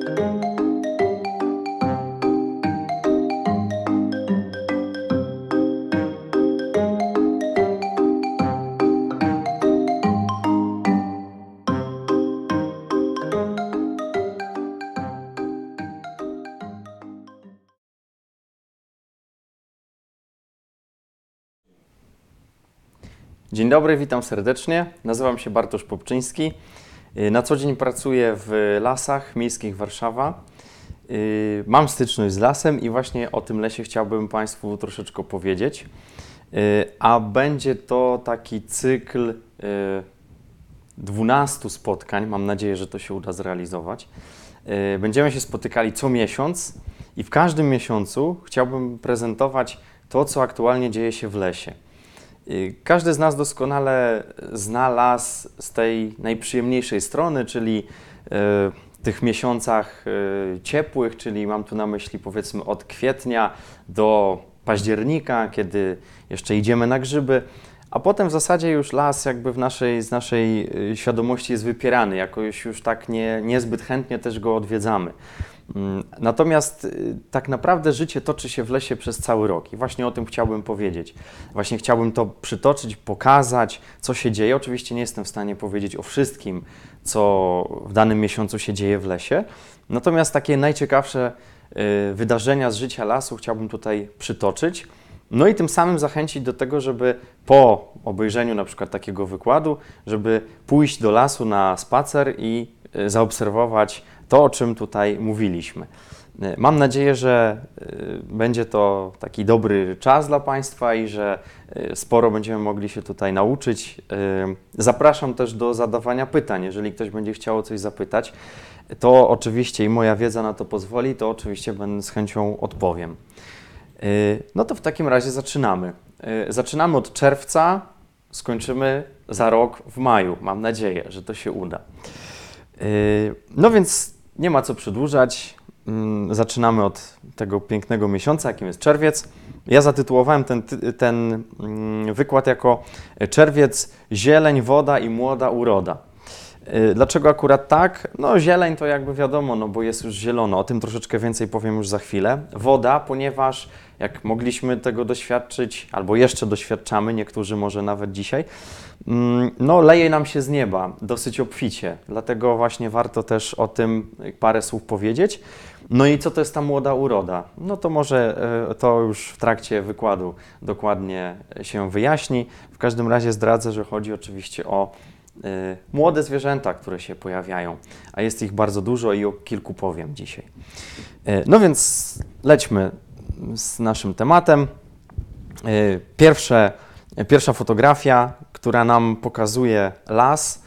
Dzień dobry, witam serdecznie. Nazywam się Bartosz Popczyński. Na co dzień pracuję w Lasach Miejskich Warszawa. Mam styczność z lasem i właśnie o tym lesie chciałbym Państwu troszeczkę powiedzieć. A będzie to taki cykl 12 spotkań. Mam nadzieję, że to się uda zrealizować. Będziemy się spotykali co miesiąc i w każdym miesiącu chciałbym prezentować to, co aktualnie dzieje się w lesie. Każdy z nas doskonale zna las z tej najprzyjemniejszej strony, czyli w tych miesiącach ciepłych, czyli mam tu na myśli powiedzmy od kwietnia do października, kiedy jeszcze idziemy na grzyby, a potem w zasadzie już las jakby z naszej świadomości jest wypierany, jakoś już tak niezbyt chętnie też go odwiedzamy. Natomiast tak naprawdę życie toczy się w lesie przez cały rok i właśnie o tym chciałbym powiedzieć. Właśnie chciałbym to przytoczyć, pokazać, co się dzieje. Oczywiście nie jestem w stanie powiedzieć o wszystkim, co w danym miesiącu się dzieje w lesie. Natomiast takie najciekawsze wydarzenia z życia lasu chciałbym tutaj przytoczyć. No i tym samym zachęcić do tego, żeby po obejrzeniu na przykład takiego wykładu, żeby pójść do lasu na spacer i zaobserwować to, o czym tutaj mówiliśmy. Mam nadzieję, że będzie to taki dobry czas dla Państwa i że sporo będziemy mogli się tutaj nauczyć. Zapraszam też do zadawania pytań. Jeżeli ktoś będzie chciał o coś zapytać, to oczywiście i moja wiedza na to pozwoli, to oczywiście z chęcią odpowiem. No to w takim razie zaczynamy. Zaczynamy od czerwca, skończymy za rok w maju. Mam nadzieję, że to się uda. No więc nie ma co przedłużać. Zaczynamy od tego pięknego miesiąca, jakim jest czerwiec. Ja zatytułowałem ten wykład jako Czerwiec, zieleń, woda i młoda uroda. Dlaczego akurat tak? No zieleń to jakby wiadomo, no bo jest już zielono, o tym troszeczkę więcej powiem już za chwilę. Woda, ponieważ jak mogliśmy tego doświadczyć, albo jeszcze doświadczamy, niektórzy może nawet dzisiaj, no leje nam się z nieba dosyć obficie, dlatego właśnie warto też o tym parę słów powiedzieć. No i co to jest ta młoda uroda? No to może to już w trakcie wykładu dokładnie się wyjaśni. W każdym razie zdradzę, że chodzi oczywiście o młode zwierzęta, które się pojawiają, a jest ich bardzo dużo i o kilku powiem dzisiaj. No więc lećmy z naszym tematem. Pierwsza fotografia, która nam pokazuje las,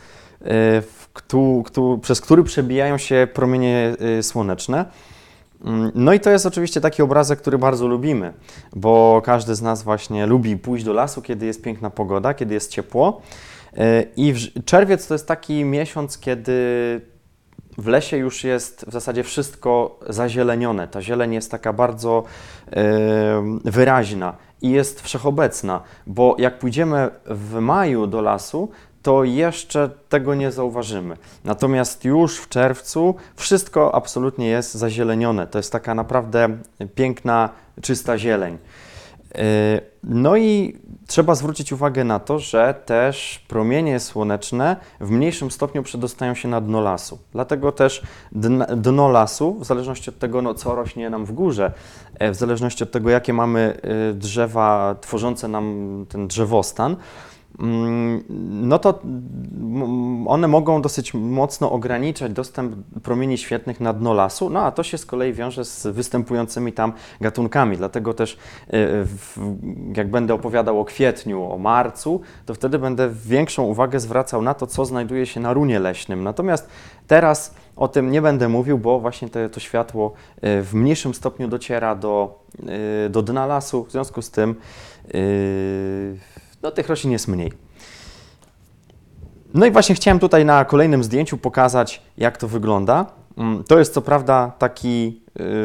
przez który przebijają się promienie słoneczne. No i to jest oczywiście taki obrazek, który bardzo lubimy, bo każdy z nas właśnie lubi pójść do lasu, kiedy jest piękna pogoda, kiedy jest ciepło. I czerwiec to jest taki miesiąc, kiedy w lesie już jest w zasadzie wszystko zazielenione. Ta zieleń jest taka bardzo wyraźna i jest wszechobecna, bo jak pójdziemy w maju do lasu, to jeszcze tego nie zauważymy. Natomiast już w czerwcu wszystko absolutnie jest zazielenione. To jest taka naprawdę piękna, czysta zieleń. No i trzeba zwrócić uwagę na to, że też promienie słoneczne w mniejszym stopniu przedostają się na dno lasu. Dlatego też dno lasu, w zależności od tego, co rośnie nam w górze, w zależności od tego, jakie mamy drzewa tworzące nam ten drzewostan, no to one mogą dosyć mocno ograniczać dostęp promieni świetlnych na dno lasu, no a to się z kolei wiąże z występującymi tam gatunkami. Dlatego też jak będę opowiadał o kwietniu, o marcu, to wtedy będę większą uwagę zwracał na to, co znajduje się na runie leśnym. Natomiast teraz o tym nie będę mówił, bo właśnie to światło w mniejszym stopniu dociera do dna lasu, w związku z tym no, tych roślin jest mniej. No i właśnie chciałem tutaj na kolejnym zdjęciu pokazać, jak to wygląda. To jest co prawda taki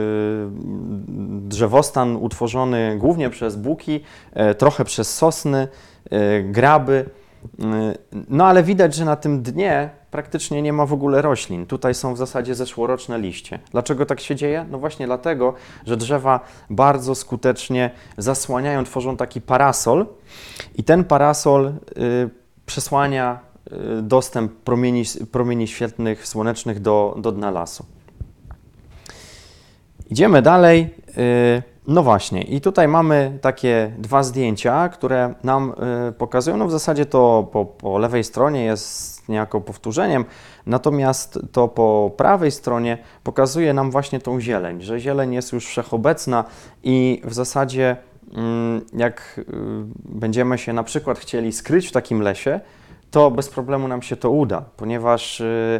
drzewostan utworzony głównie przez buki, trochę przez sosny, graby. No ale widać, że na tym dnie praktycznie nie ma w ogóle roślin. Tutaj są w zasadzie zeszłoroczne liście. Dlaczego tak się dzieje? No właśnie dlatego, że drzewa bardzo skutecznie zasłaniają, tworzą taki parasol i ten parasol przesłania dostęp promieni świetlnych, słonecznych do dna lasu. Idziemy dalej. No właśnie, i tutaj mamy takie dwa zdjęcia, które nam pokazują, no w zasadzie to po lewej stronie jest niejako powtórzeniem, natomiast to po prawej stronie pokazuje nam właśnie tą zieleń, że zieleń jest już wszechobecna i w zasadzie jak będziemy się na przykład chcieli skryć w takim lesie, to bez problemu nam się to uda, ponieważ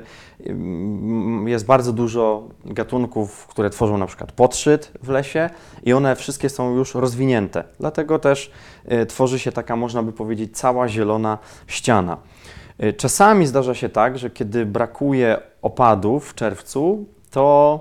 jest bardzo dużo gatunków, które tworzą na przykład podszyt w lesie i one wszystkie są już rozwinięte. Dlatego też tworzy się taka, można by powiedzieć, cała zielona ściana. Czasami zdarza się tak, że kiedy brakuje opadów w czerwcu, to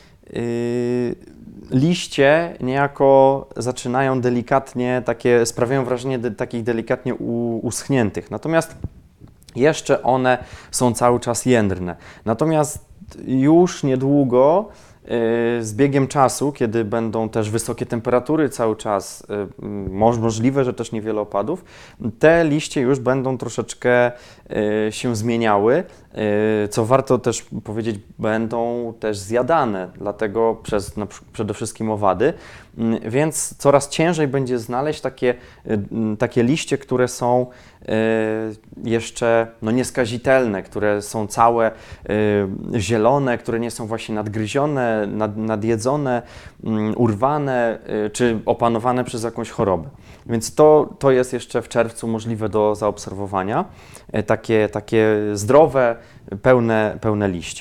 liście niejako zaczynają delikatnie, sprawiają wrażenie takich delikatnie uschniętych. Natomiast jeszcze one są cały czas jędrne. Natomiast już niedługo, z biegiem czasu, kiedy będą też wysokie temperatury cały czas, możliwe, że też niewiele opadów, te liście już będą troszeczkę się zmieniały, co warto też powiedzieć, będą też zjadane, dlatego przez przede wszystkim owady, więc coraz ciężej będzie znaleźć takie liście, które są jeszcze nieskazitelne, które są całe zielone, które nie są właśnie nadgryzione, nadjedzone, urwane czy opanowane przez jakąś chorobę. Więc to jest jeszcze w czerwcu możliwe do zaobserwowania, takie zdrowe, pełne liście.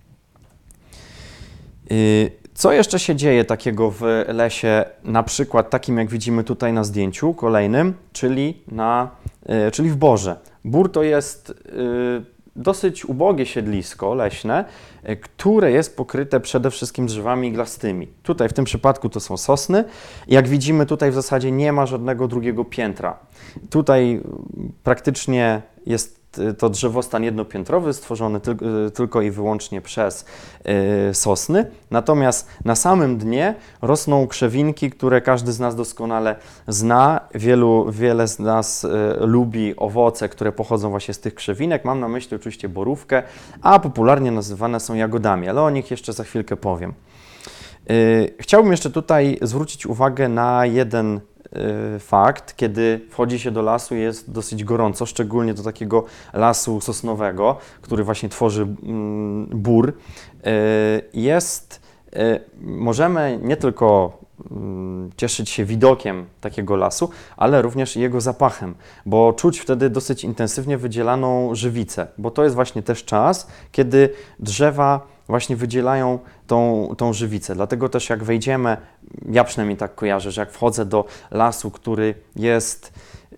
Co jeszcze się dzieje takiego w lesie, na przykład takim jak widzimy tutaj na zdjęciu kolejnym, czyli w borze. Bór to jest dosyć ubogie siedlisko leśne, które jest pokryte przede wszystkim drzewami iglastymi. Tutaj w tym przypadku to są sosny. Jak widzimy, tutaj w zasadzie nie ma żadnego drugiego piętra. Tutaj praktycznie jest to drzewostan jednopiętrowy, stworzony tylko i wyłącznie przez sosny. Natomiast na samym dnie rosną krzewinki, które każdy z nas doskonale zna. Wiele z nas lubi owoce, które pochodzą właśnie z tych krzewinek. Mam na myśli oczywiście borówkę, a popularnie nazywane są jagodami, ale o nich jeszcze za chwilkę powiem. Chciałbym jeszcze tutaj zwrócić uwagę na jeden fakt, kiedy wchodzi się do lasu, jest dosyć gorąco, szczególnie do takiego lasu sosnowego, który właśnie tworzy bór. Możemy nie tylko cieszyć się widokiem takiego lasu, ale również jego zapachem, bo czuć wtedy dosyć intensywnie wydzielaną żywicę, bo to jest właśnie też czas, kiedy drzewa właśnie wydzielają tą żywicę. Dlatego też jak wejdziemy, ja przynajmniej tak kojarzę, że jak wchodzę do lasu, który jest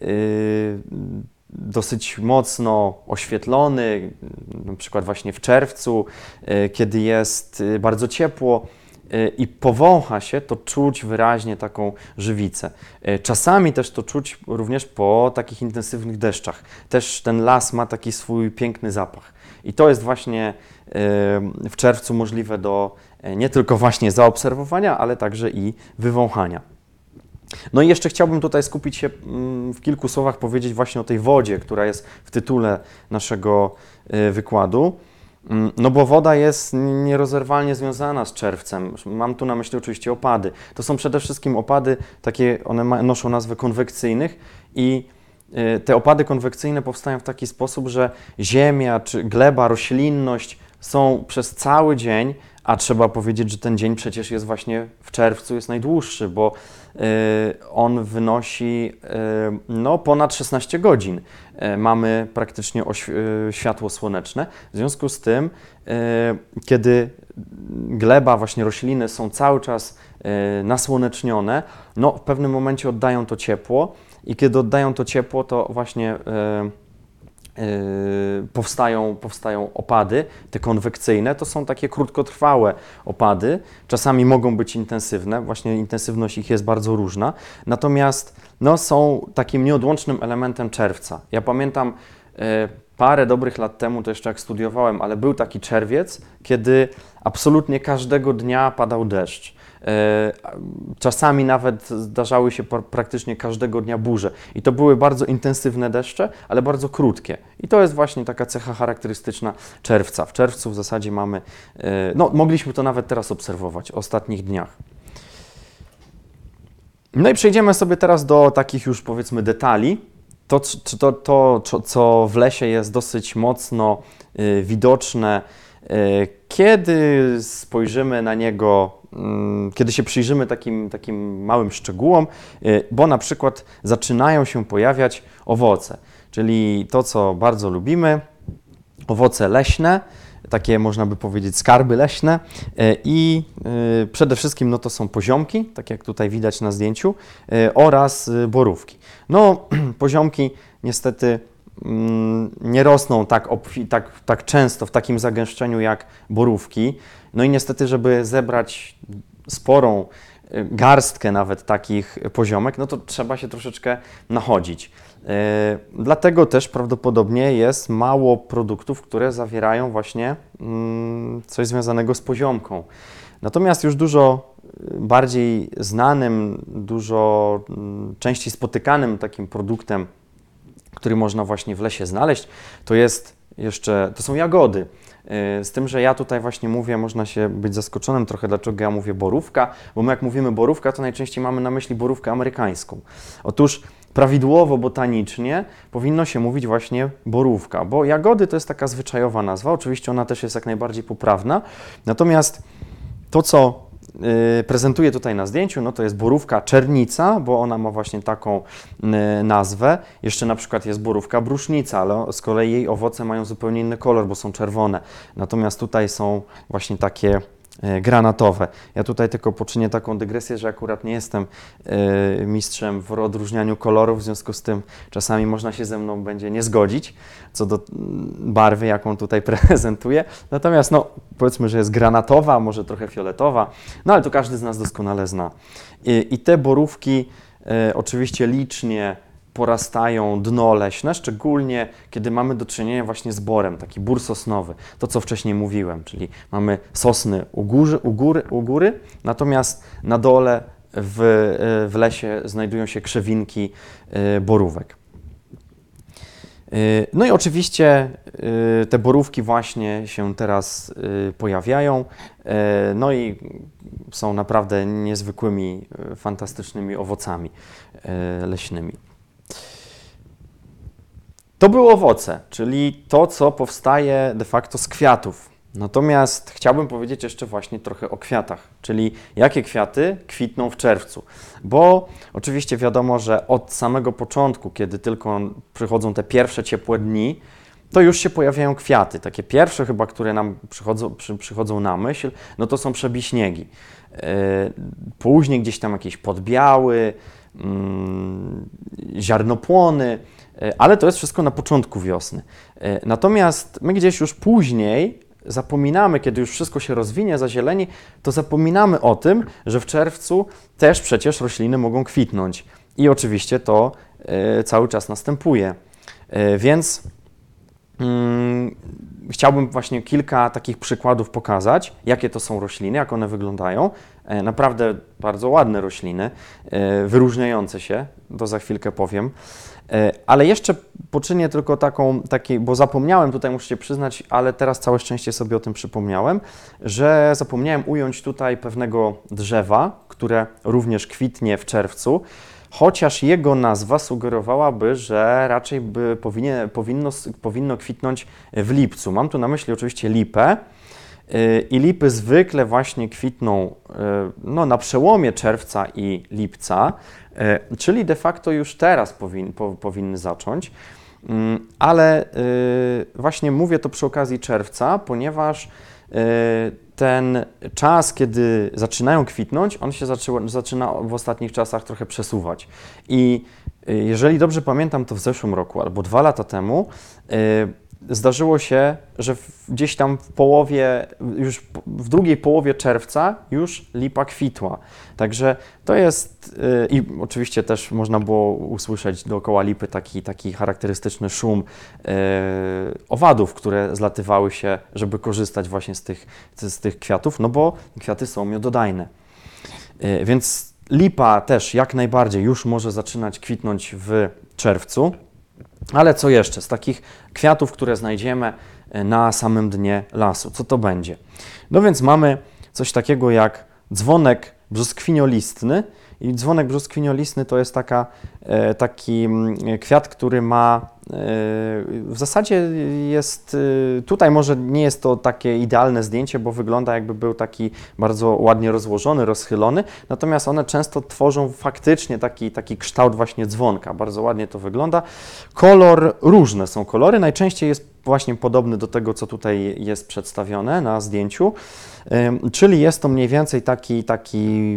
dosyć mocno oświetlony, na przykład właśnie w czerwcu, kiedy jest bardzo ciepło i powącha się, to czuć wyraźnie taką żywicę. Czasami też to czuć również po takich intensywnych deszczach. Też ten las ma taki swój piękny zapach. I to jest właśnie w czerwcu możliwe do nie tylko właśnie zaobserwowania, ale także i wywąchania. No i jeszcze chciałbym tutaj skupić się w kilku słowach, powiedzieć właśnie o tej wodzie, która jest w tytule naszego wykładu. No bo woda jest nierozerwalnie związana z czerwcem. Mam tu na myśli oczywiście opady. To są przede wszystkim opady, one noszą nazwę konwekcyjnych i te opady konwekcyjne powstają w taki sposób, że ziemia czy gleba, roślinność są przez cały dzień, a trzeba powiedzieć, że ten dzień przecież jest właśnie w czerwcu, jest najdłuższy, bo on wynosi ponad 16 godzin. Mamy praktycznie światło słoneczne. W związku z tym, kiedy gleba, właśnie rośliny są cały czas nasłonecznione, w pewnym momencie oddają to ciepło i kiedy oddają to ciepło, to właśnie powstają opady, te konwekcyjne, to są takie krótkotrwałe opady, czasami mogą być intensywne, właśnie intensywność ich jest bardzo różna, natomiast no, są takim nieodłącznym elementem czerwca. Ja pamiętam parę dobrych lat temu, to jeszcze jak studiowałem, ale był taki czerwiec, kiedy absolutnie każdego dnia padał deszcz. Czasami nawet zdarzały się praktycznie każdego dnia burze. I to były bardzo intensywne deszcze, ale bardzo krótkie. I to jest właśnie taka cecha charakterystyczna czerwca. W czerwcu w zasadzie mamy, no mogliśmy to nawet teraz obserwować w ostatnich dniach. No i przejdziemy sobie teraz do takich już powiedzmy detali. To, co w lesie jest dosyć mocno widoczne, kiedy spojrzymy na niego, kiedy się przyjrzymy takim małym szczegółom, bo na przykład zaczynają się pojawiać owoce, czyli to, co bardzo lubimy, owoce leśne, takie można by powiedzieć skarby leśne i przede wszystkim no to są poziomki, tak jak tutaj widać na zdjęciu, oraz borówki. No poziomki niestety nie rosną tak często w takim zagęszczeniu jak borówki. No i niestety, żeby zebrać sporą garstkę nawet takich poziomek, no to trzeba się troszeczkę nachodzić. Dlatego też prawdopodobnie jest mało produktów, które zawierają właśnie coś związanego z poziomką. Natomiast już dużo bardziej znanym, dużo częściej spotykanym takim produktem, który można właśnie w lesie znaleźć, to są jagody. Z tym, że ja tutaj właśnie mówię, można się być zaskoczonym trochę, dlaczego ja mówię borówka, bo my jak mówimy borówka, to najczęściej mamy na myśli borówkę amerykańską. Otóż prawidłowo, botanicznie powinno się mówić właśnie borówka, bo jagody to jest taka zwyczajowa nazwa, oczywiście ona też jest jak najbardziej poprawna, natomiast to, co prezentuję tutaj na zdjęciu, no to jest borówka czernica, bo ona ma właśnie taką nazwę. Jeszcze na przykład jest borówka brusznica, ale z kolei jej owoce mają zupełnie inny kolor, bo są czerwone. Natomiast tutaj są właśnie takie granatowe. Ja tutaj tylko poczynię taką dygresję, że akurat nie jestem mistrzem w odróżnianiu kolorów, w związku z tym czasami można się ze mną będzie nie zgodzić co do barwy, jaką tutaj prezentuję. Natomiast no, powiedzmy, że jest granatowa, może trochę fioletowa, no ale to każdy z nas doskonale zna. I te borówki oczywiście licznie porastają dno leśne, szczególnie kiedy mamy do czynienia właśnie z borem, taki bór sosnowy, to co wcześniej mówiłem, czyli mamy sosny u góry, natomiast na dole w lesie znajdują się krzewinki borówek. No i oczywiście te borówki właśnie się teraz pojawiają, no i są naprawdę niezwykłymi, fantastycznymi owocami leśnymi. To były owoce, czyli to, co powstaje de facto z kwiatów. Natomiast chciałbym powiedzieć jeszcze właśnie trochę o kwiatach, czyli jakie kwiaty kwitną w czerwcu. Bo oczywiście wiadomo, że od samego początku, kiedy tylko przychodzą te pierwsze ciepłe dni, to już się pojawiają kwiaty. Takie pierwsze chyba, które nam przychodzą na myśl, no to są przebiśniegi. Później gdzieś tam jakieś podbiały, ziarnopłony, ale to jest wszystko na początku wiosny. Natomiast my gdzieś już później zapominamy, kiedy już wszystko się rozwinie, zazieleni, to zapominamy o tym, że w czerwcu też przecież rośliny mogą kwitnąć. I oczywiście to cały czas następuje. Więc chciałbym właśnie kilka takich przykładów pokazać, jakie to są rośliny, jak one wyglądają. Naprawdę bardzo ładne rośliny, wyróżniające się, to za chwilkę powiem. Ale jeszcze poczynię tylko bo zapomniałem, tutaj muszę się przyznać, ale teraz całe szczęście sobie o tym przypomniałem, że zapomniałem ująć tutaj pewnego drzewa, które również kwitnie w czerwcu, chociaż jego nazwa sugerowałaby, że raczej powinno kwitnąć w lipcu. Mam tu na myśli oczywiście lipę. I lipy zwykle właśnie kwitną no, na przełomie czerwca i lipca, czyli de facto już teraz powinny zacząć, ale właśnie mówię to przy okazji czerwca, ponieważ ten czas, kiedy zaczynają kwitnąć, on się zaczyna w ostatnich czasach trochę przesuwać. I jeżeli dobrze pamiętam, to w zeszłym roku albo 2 lata temu zdarzyło się, że gdzieś tam w połowie, już w drugiej połowie czerwca już lipa kwitła. Także to jest, i oczywiście też można było usłyszeć dookoła lipy taki charakterystyczny szum owadów, które zlatywały się, żeby korzystać właśnie z tych kwiatów, no bo kwiaty są miododajne. Więc lipa też jak najbardziej już może zaczynać kwitnąć w czerwcu. Ale co jeszcze z takich kwiatów, które znajdziemy na samym dnie lasu? Co to będzie? No więc mamy coś takiego jak dzwonek brzoskwiniolistny. I dzwonek brzoskwiniolistny to jest taki kwiat, który ma, w zasadzie jest, tutaj może nie jest to takie idealne zdjęcie, bo wygląda jakby był taki bardzo ładnie rozłożony, rozchylony, natomiast one często tworzą faktycznie taki kształt właśnie dzwonka, bardzo ładnie to wygląda. Kolor, różne są kolory, najczęściej jest właśnie podobny do tego, co tutaj jest przedstawione na zdjęciu, czyli jest to mniej więcej taki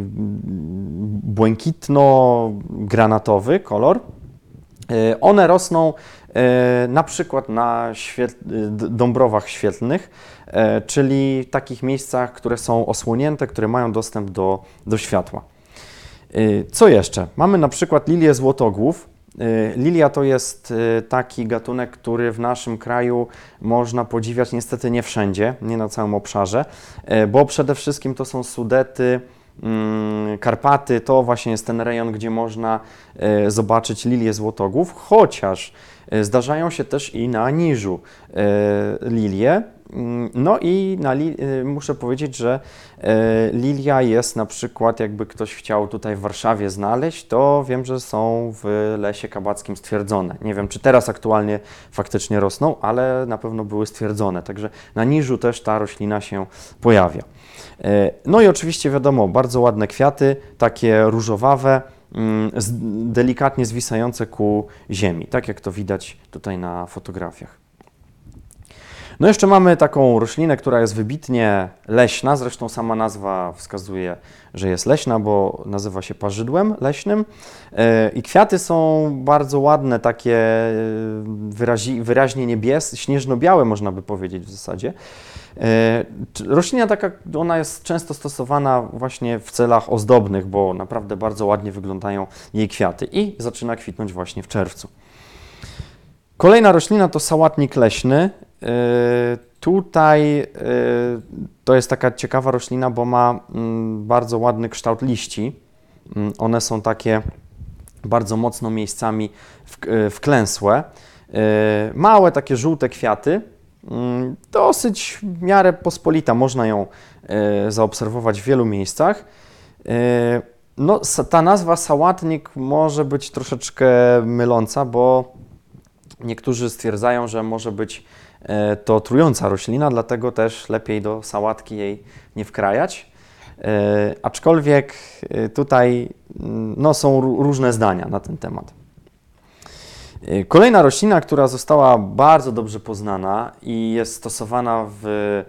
błękitno-granatowy kolor. One rosną na przykład na dąbrowach świetlnych, czyli takich miejscach, które są osłonięte, które mają dostęp do światła. Co jeszcze? Mamy na przykład lilię złotogłów. Lilia to jest taki gatunek, który w naszym kraju można podziwiać niestety nie wszędzie, nie na całym obszarze, bo przede wszystkim to są Sudety, Karpaty, to właśnie jest ten rejon, gdzie można zobaczyć lilię złotogłów, chociaż zdarzają się też i na Niżu lilie. No i muszę powiedzieć, że lilia jest na przykład, jakby ktoś chciał tutaj w Warszawie znaleźć, to wiem, że są w Lesie Kabackim stwierdzone. Nie wiem, czy teraz aktualnie faktycznie rosną, ale na pewno były stwierdzone. Także na Niżu też ta roślina się pojawia. No i oczywiście wiadomo, bardzo ładne kwiaty, takie różowawe, delikatnie zwisające ku ziemi, tak jak to widać tutaj na fotografiach. No jeszcze mamy taką roślinę, która jest wybitnie leśna, zresztą sama nazwa wskazuje, że jest leśna, bo nazywa się parzydłem leśnym i kwiaty są bardzo ładne, takie wyraźnie niebieskie, śnieżno-białe można by powiedzieć w zasadzie. Roślina taka, ona jest często stosowana właśnie w celach ozdobnych, bo naprawdę bardzo ładnie wyglądają jej kwiaty i zaczyna kwitnąć właśnie w czerwcu. Kolejna roślina to sałatnik leśny. Tutaj to jest taka ciekawa roślina, bo ma bardzo ładny kształt liści. One są takie bardzo mocno miejscami wklęsłe. Małe takie żółte kwiaty. Dosyć w miarę pospolita, można ją zaobserwować w wielu miejscach. No, ta nazwa sałatnik może być troszeczkę myląca, bo niektórzy stwierdzają, że może być to trująca roślina, dlatego też lepiej do sałatki jej nie wkrajać. Aczkolwiek tutaj no, są różne zdania na ten temat. Kolejna roślina, która została bardzo dobrze poznana i jest stosowana w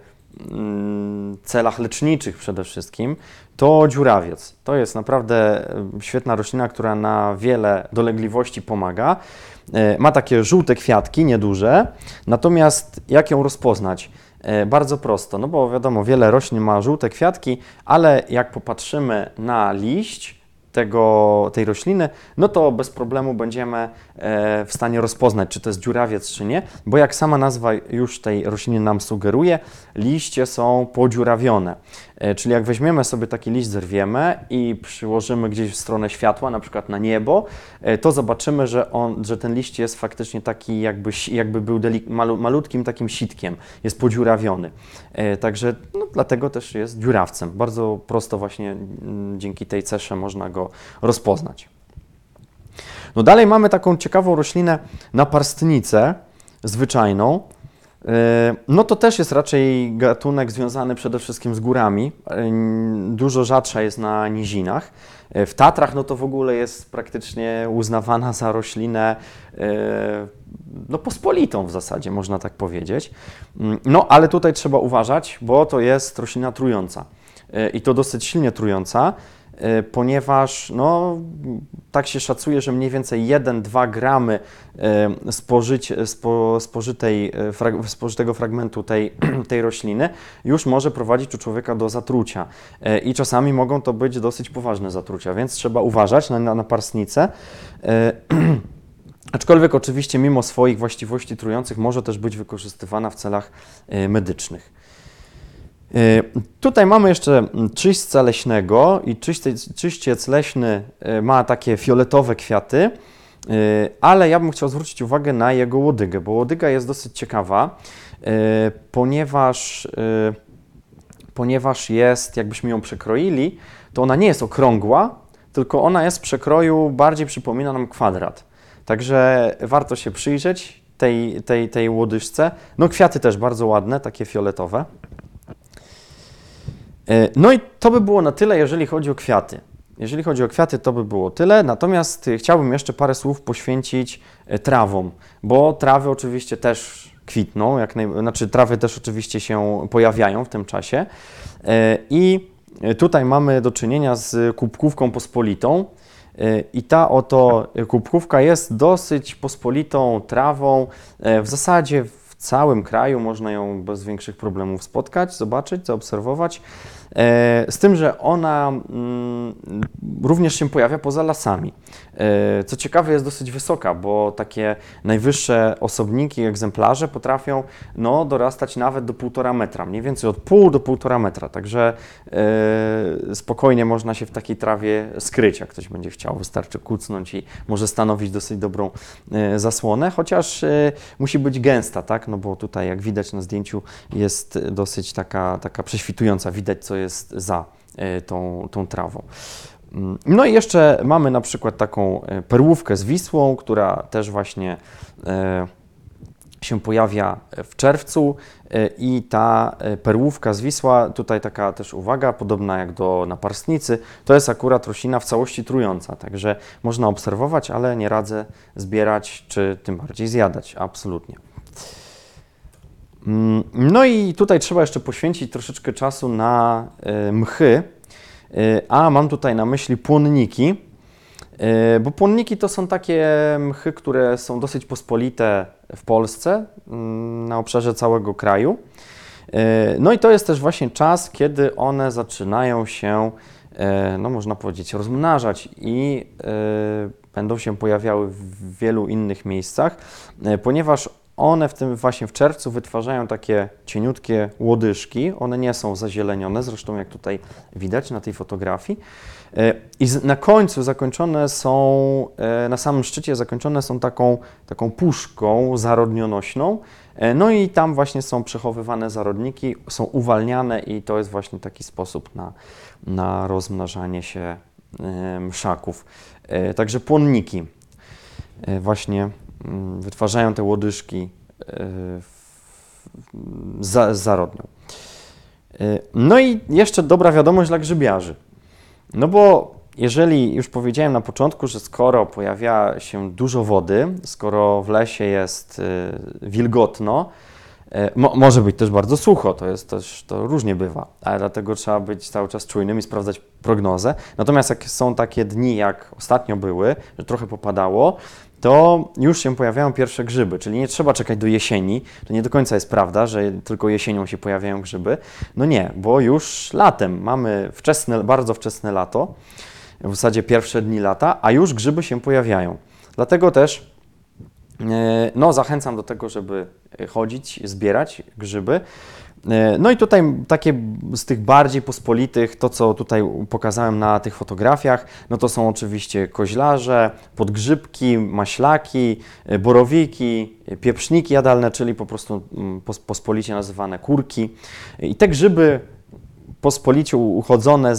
celach leczniczych przede wszystkim, to dziurawiec. To jest naprawdę świetna roślina, która na wiele dolegliwości pomaga. Ma takie żółte kwiatki, nieduże, natomiast jak ją rozpoznać? Bardzo prosto, no bo wiadomo, wiele roślin ma żółte kwiatki, ale jak popatrzymy na liść tej rośliny, no to bez problemu będziemy w stanie rozpoznać, czy to jest dziurawiec, czy nie, bo jak sama nazwa już tej rośliny nam sugeruje, liście są podziurawione. Czyli jak weźmiemy sobie taki liść, zerwiemy i przyłożymy gdzieś w stronę światła, na przykład na niebo, to zobaczymy, że ten liść jest faktycznie taki, jakby był malutkim takim sitkiem, jest podziurawiony. Także no, dlatego też jest dziurawcem. Bardzo prosto właśnie dzięki tej cesze można go rozpoznać. No dalej mamy taką ciekawą roślinę naparstnicę zwyczajną. No to też jest raczej gatunek związany przede wszystkim z górami. Dużo rzadsza jest na nizinach. W Tatrach no to w ogóle jest praktycznie uznawana za roślinę no pospolitą w zasadzie, można tak powiedzieć. No ale tutaj trzeba uważać, bo to jest roślina trująca i to dosyć silnie trująca. ponieważ no, tak się szacuje, że mniej więcej 1-2 gramy spożytego fragmentu tej rośliny już może prowadzić u człowieka do zatrucia. I czasami mogą to być dosyć poważne zatrucia, więc trzeba uważać na naparstnicę. Aczkolwiek oczywiście mimo swoich właściwości trujących może też być wykorzystywana w celach medycznych. Tutaj mamy jeszcze czyśćca leśnego i czyściec leśny ma takie fioletowe kwiaty, ale ja bym chciał zwrócić uwagę na jego łodygę, bo łodyga jest dosyć ciekawa, ponieważ jest, jakbyśmy ją przekroili, to ona nie jest okrągła, tylko ona jest w przekroju, bardziej przypomina nam kwadrat. Także warto się przyjrzeć tej łodyżce. No kwiaty też bardzo ładne, takie fioletowe. No i to by było na tyle, jeżeli chodzi o kwiaty. Jeżeli chodzi o kwiaty, to by było tyle, natomiast chciałbym jeszcze parę słów poświęcić trawom, bo trawy oczywiście też kwitną, znaczy trawy też oczywiście się pojawiają w tym czasie i tutaj mamy do czynienia z kubkówką pospolitą i ta oto kubkówka jest dosyć pospolitą trawą, w zasadzie w całym kraju można ją bez większych problemów spotkać, zobaczyć, zaobserwować. Z tym, że ona również się pojawia poza lasami. Co ciekawe, jest dosyć wysoka, bo takie najwyższe osobniki, egzemplarze potrafią dorastać nawet do 1,5 metra, mniej więcej od 0,5 do 1,5 metra. Także spokojnie można się w takiej trawie skryć, jak ktoś będzie chciał. Wystarczy kucnąć i może stanowić dosyć dobrą zasłonę, chociaż musi być gęsta, tak? No bo tutaj, jak widać na zdjęciu, jest dosyć taka prześwitująca, widać, co jest za tą trawą. No i jeszcze mamy na przykład taką perłówkę z Wisłą, która też właśnie się pojawia w czerwcu i ta perłówka z Wisła, tutaj taka też uwaga, podobna jak do naparstnicy, to jest akurat roślina w całości trująca, także można obserwować, ale nie radzę zbierać, czy tym bardziej zjadać, absolutnie. No i tutaj trzeba jeszcze poświęcić troszeczkę czasu na mchy, a mam tutaj na myśli płonniki, bo płonniki to są takie mchy, które są dosyć pospolite w Polsce, na obszarze całego kraju. No i to jest też właśnie czas, kiedy one zaczynają się, no można powiedzieć, rozmnażać i będą się pojawiały w wielu innych miejscach, ponieważ one właśnie w czerwcu wytwarzają takie cieniutkie łodyżki, one nie są zazielenione, zresztą jak tutaj widać na tej fotografii. I na końcu zakończone są, na samym szczycie zakończone są taką puszką zarodnionośną, no i tam właśnie są przechowywane zarodniki, są uwalniane i to jest właśnie taki sposób na rozmnażanie się mszaków. Także płonniki właśnie wytwarzają te łodyżki z zarodnią. No i jeszcze dobra wiadomość dla grzybiarzy. No bo jeżeli już powiedziałem na początku, że skoro pojawia się dużo wody, skoro w lesie jest wilgotno, może być też bardzo sucho, to różnie bywa, ale dlatego trzeba być cały czas czujnym i sprawdzać prognozę. Natomiast jak są takie dni, jak ostatnio były, że trochę popadało, to już się pojawiają pierwsze grzyby, czyli nie trzeba czekać do jesieni. To nie do końca jest prawda, że tylko jesienią się pojawiają grzyby. No nie, bo już latem mamy bardzo wczesne lato, w zasadzie pierwsze dni lata, a już grzyby się pojawiają. Dlatego też zachęcam do tego, żeby chodzić, zbierać grzyby. No i tutaj takie z tych bardziej pospolitych, to co tutaj pokazałem na tych fotografiach, no to są oczywiście koźlarze, podgrzybki, maślaki, borowiki, pieprzniki jadalne, czyli po prostu pospolicie nazywane kurki. I te grzyby pospolicie uchodzone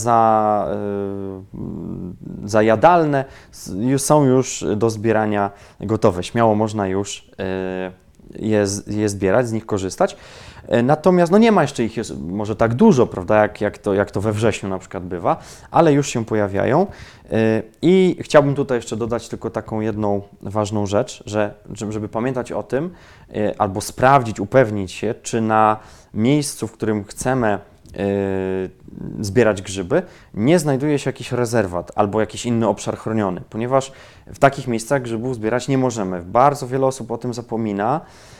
za jadalne są już do zbierania gotowe. Śmiało można już je zbierać, z nich korzystać. Natomiast nie ma jeszcze ich może tak dużo, prawda, jak to we wrześniu na przykład bywa, ale już się pojawiają. I chciałbym tutaj jeszcze dodać tylko taką jedną ważną rzecz, żeby pamiętać o tym, albo sprawdzić, upewnić się, czy na miejscu, w którym chcemy zbierać grzyby, nie znajduje się jakiś rezerwat albo jakiś inny obszar chroniony, ponieważ w takich miejscach grzybów zbierać nie możemy. Bardzo wiele osób o tym zapomina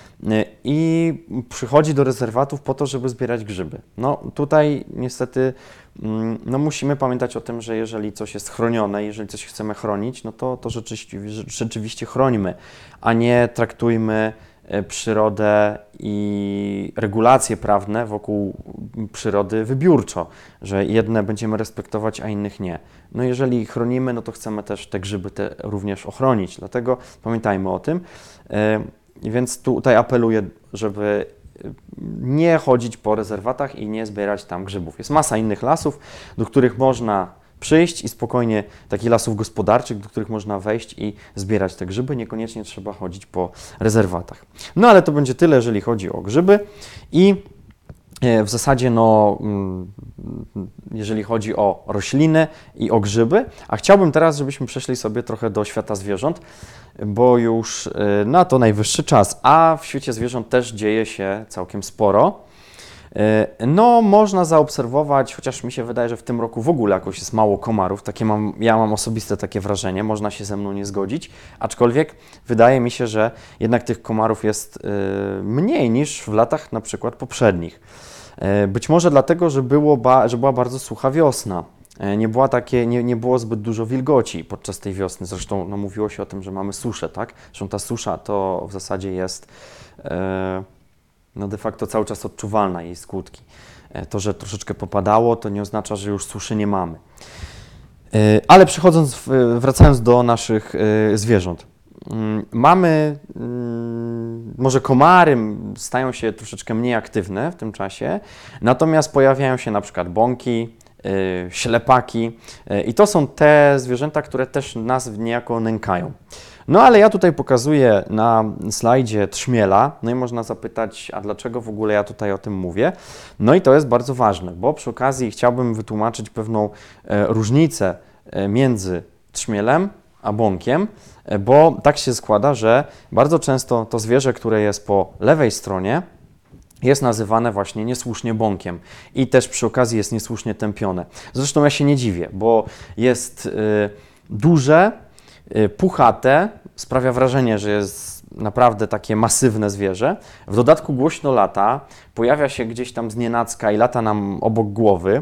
i przychodzi do rezerwatów po to, żeby zbierać grzyby. No tutaj niestety no, musimy pamiętać o tym, że jeżeli coś jest chronione, jeżeli coś chcemy chronić, no to rzeczywiście chrońmy, a nie traktujmy przyrodę i regulacje prawne wokół przyrody wybiórczo, że jedne będziemy respektować, a innych nie. No jeżeli chronimy, no to chcemy też te grzyby również ochronić, dlatego pamiętajmy o tym. Więc tutaj apeluję, żeby nie chodzić po rezerwatach i nie zbierać tam grzybów. Jest masa innych lasów, do których można przyjść i spokojnie, takich lasów gospodarczych, do których można wejść i zbierać te grzyby. Niekoniecznie trzeba chodzić po rezerwatach. No ale to będzie tyle, jeżeli chodzi o grzyby i w zasadzie, no, jeżeli chodzi o rośliny i o grzyby, a chciałbym teraz, żebyśmy przeszli sobie trochę do świata zwierząt, bo już na to najwyższy czas, a w świecie zwierząt też dzieje się całkiem sporo. No, można zaobserwować, chociaż mi się wydaje, że w tym roku w ogóle jakoś jest mało komarów, ja mam osobiste takie wrażenie, można się ze mną nie zgodzić, aczkolwiek wydaje mi się, że jednak tych komarów jest mniej niż w latach na przykład poprzednich. Być może dlatego, że była bardzo sucha wiosna. Nie było zbyt dużo wilgoci podczas tej wiosny. Zresztą no, mówiło się o tym, że mamy suszę, tak? Zresztą ta susza to w zasadzie jest no, de facto cały czas odczuwalna, jej skutki. To, że troszeczkę popadało, to nie oznacza, że już suszy nie mamy. Ale wracając do naszych zwierząt. Mamy, może komary stają się troszeczkę mniej aktywne w tym czasie, natomiast pojawiają się na przykład bąki, ślepaki i to są te zwierzęta, które też nas niejako nękają. No ale ja tutaj pokazuję na slajdzie trzmiela, no i można zapytać, a dlaczego w ogóle ja tutaj o tym mówię? No i to jest bardzo ważne, bo przy okazji chciałbym wytłumaczyć pewną różnicę między trzmielem a bąkiem, bo tak się składa, że bardzo często to zwierzę, które jest po lewej stronie, jest nazywane właśnie niesłusznie bąkiem i też przy okazji jest niesłusznie tępione. Zresztą ja się nie dziwię, bo jest duże, puchate, sprawia wrażenie, że jest naprawdę takie masywne zwierzę. W dodatku głośno lata, pojawia się gdzieś tam znienacka i lata nam obok głowy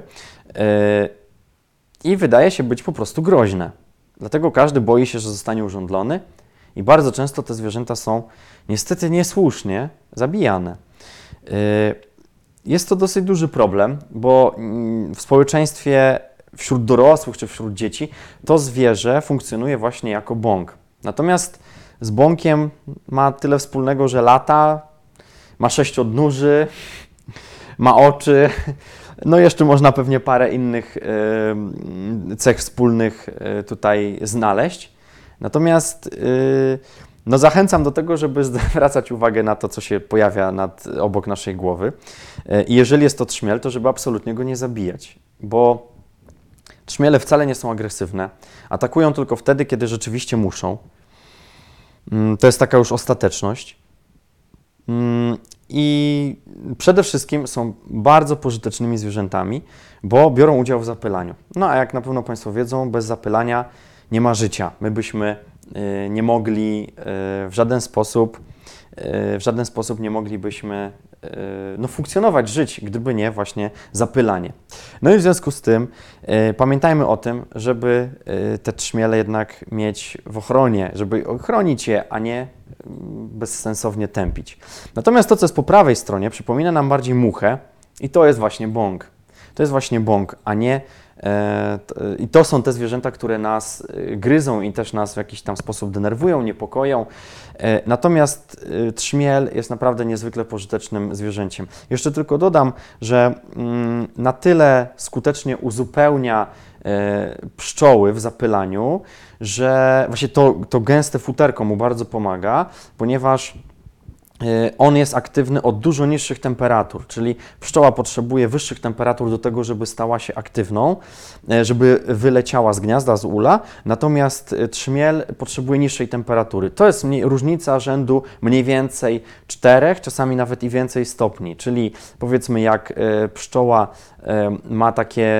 i wydaje się być po prostu groźne. Dlatego każdy boi się, że zostanie urządlony i bardzo często te zwierzęta są niestety niesłusznie zabijane. Jest to dosyć duży problem, bo w społeczeństwie wśród dorosłych czy wśród dzieci to zwierzę funkcjonuje właśnie jako bąk. Natomiast z bąkiem ma tyle wspólnego, że lata, ma 6 odnóży, ma oczy, no jeszcze można pewnie parę innych cech wspólnych tutaj znaleźć. Natomiast no zachęcam do tego, żeby zwracać uwagę na to, co się pojawia obok naszej głowy. I jeżeli jest to trzmiel, to żeby absolutnie go nie zabijać, bo trzmiele wcale nie są agresywne, atakują tylko wtedy, kiedy rzeczywiście muszą. To jest taka już ostateczność. I przede wszystkim są bardzo pożytecznymi zwierzętami, bo biorą udział w zapylaniu. No a jak na pewno Państwo wiedzą, bez zapylania nie ma życia. My byśmy nie mogli w żaden sposób nie moglibyśmy no, funkcjonować, żyć, gdyby nie właśnie zapylanie. No i w związku z tym pamiętajmy o tym, żeby te trzmiele jednak mieć w ochronie, żeby chronić je, a nie bezsensownie tępić. Natomiast to, co jest po prawej stronie, przypomina nam bardziej muchę i to jest właśnie bąk. To jest właśnie bąk, a nie... I to są te zwierzęta, które nas gryzą i też nas w jakiś tam sposób denerwują, niepokoją. Natomiast trzmiel jest naprawdę niezwykle pożytecznym zwierzęciem. Jeszcze tylko dodam, że na tyle skutecznie uzupełnia pszczoły w zapylaniu, że właśnie to gęste futerko mu bardzo pomaga, ponieważ on jest aktywny od dużo niższych temperatur, czyli pszczoła potrzebuje wyższych temperatur do tego, żeby stała się aktywną, żeby wyleciała z gniazda, z ula, natomiast trzmiel potrzebuje niższej temperatury. To jest różnica rzędu mniej więcej 4, czasami nawet i więcej stopni, czyli powiedzmy jak pszczoła ma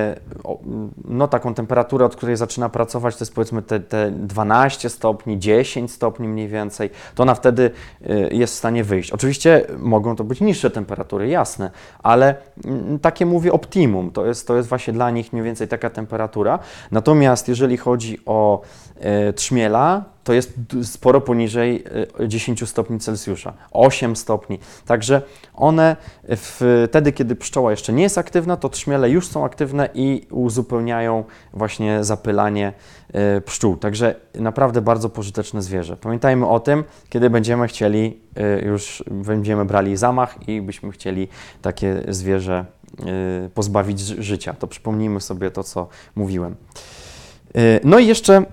taką temperaturę, od której zaczyna pracować, to jest powiedzmy te 12 stopni, 10 stopni mniej więcej, to ona wtedy jest w stanie wyjść. Oczywiście mogą to być niższe temperatury, jasne, ale takie mówię optimum, to jest właśnie dla nich mniej więcej taka temperatura. Natomiast jeżeli chodzi o trzmiela, to jest sporo poniżej 10 stopni Celsjusza, 8 stopni. Także one wtedy, kiedy pszczoła jeszcze nie jest aktywna, to trzmiele już są aktywne i uzupełniają właśnie zapylanie pszczół. Także naprawdę bardzo pożyteczne zwierzę. Pamiętajmy o tym, kiedy będziemy chcieli, już będziemy brali zamach i byśmy chcieli takie zwierzę pozbawić życia. To przypomnijmy sobie to, co mówiłem. No i jeszcze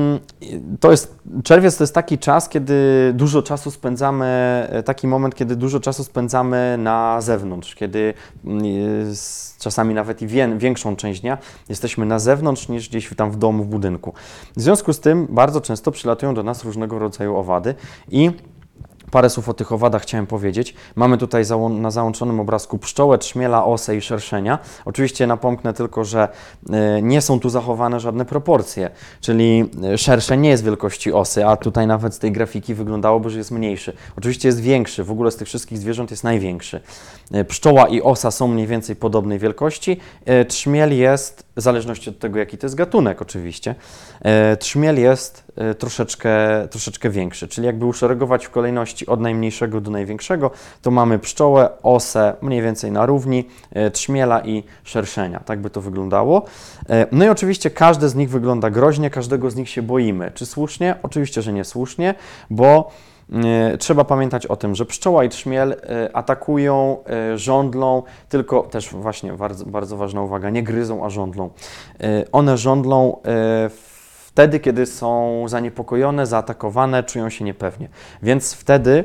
czerwiec to jest taki czas, kiedy dużo czasu spędzamy, taki moment, kiedy dużo czasu spędzamy na zewnątrz, kiedy czasami nawet i większą część dnia jesteśmy na zewnątrz niż gdzieś tam w domu, w budynku. W związku z tym bardzo często przylatują do nas różnego rodzaju owady i parę słów o tych owadach chciałem powiedzieć. Mamy tutaj na załączonym obrazku pszczołę, trzmiela, osę i szerszenia. Oczywiście napomknę tylko, że nie są tu zachowane żadne proporcje, czyli szerszeń nie jest wielkości osy, a tutaj nawet z tej grafiki wyglądałoby, że jest mniejszy. Oczywiście jest większy, w ogóle z tych wszystkich zwierząt jest największy. Pszczoła i osa są mniej więcej podobnej wielkości. Trzmiel jest, w zależności od tego, jaki to jest gatunek oczywiście, trzmiel jest troszeczkę większy, czyli jakby uszeregować w kolejności od najmniejszego do największego, to mamy pszczołę, osę mniej więcej na równi, trzmiela i szerszenia. Tak by to wyglądało. No i oczywiście każde z nich wygląda groźnie, każdego z nich się boimy. Czy słusznie? Oczywiście, że nie słusznie, bo trzeba pamiętać o tym, że pszczoła i trzmiel atakują, żądlą, tylko też właśnie bardzo, bardzo ważna uwaga, nie gryzą, a żądlą. One żądlą wtedy, kiedy są zaniepokojone, zaatakowane, czują się niepewnie. Więc wtedy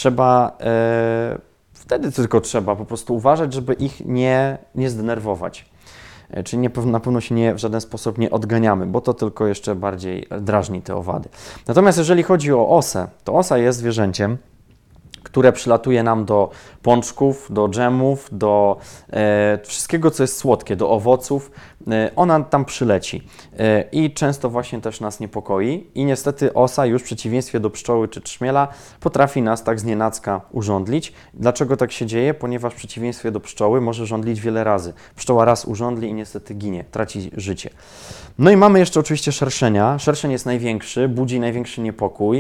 tylko trzeba po prostu uważać, żeby ich nie zdenerwować. Czyli na pewno się w żaden sposób nie odganiamy, bo to tylko jeszcze bardziej drażni te owady. Natomiast jeżeli chodzi o osę, to osa jest zwierzęciem, które przylatuje nam do pączków, do dżemów, do wszystkiego, co jest słodkie, do owoców. Ona tam przyleci i często właśnie też nas niepokoi i niestety osa już w przeciwieństwie do pszczoły czy trzmiela potrafi nas tak znienacka urządlić. Dlaczego tak się dzieje? Ponieważ w przeciwieństwie do pszczoły może żądlić wiele razy. Pszczoła raz urządli i niestety ginie, traci życie. No i mamy jeszcze oczywiście szerszenia. Szerszeń jest największy, budzi największy niepokój.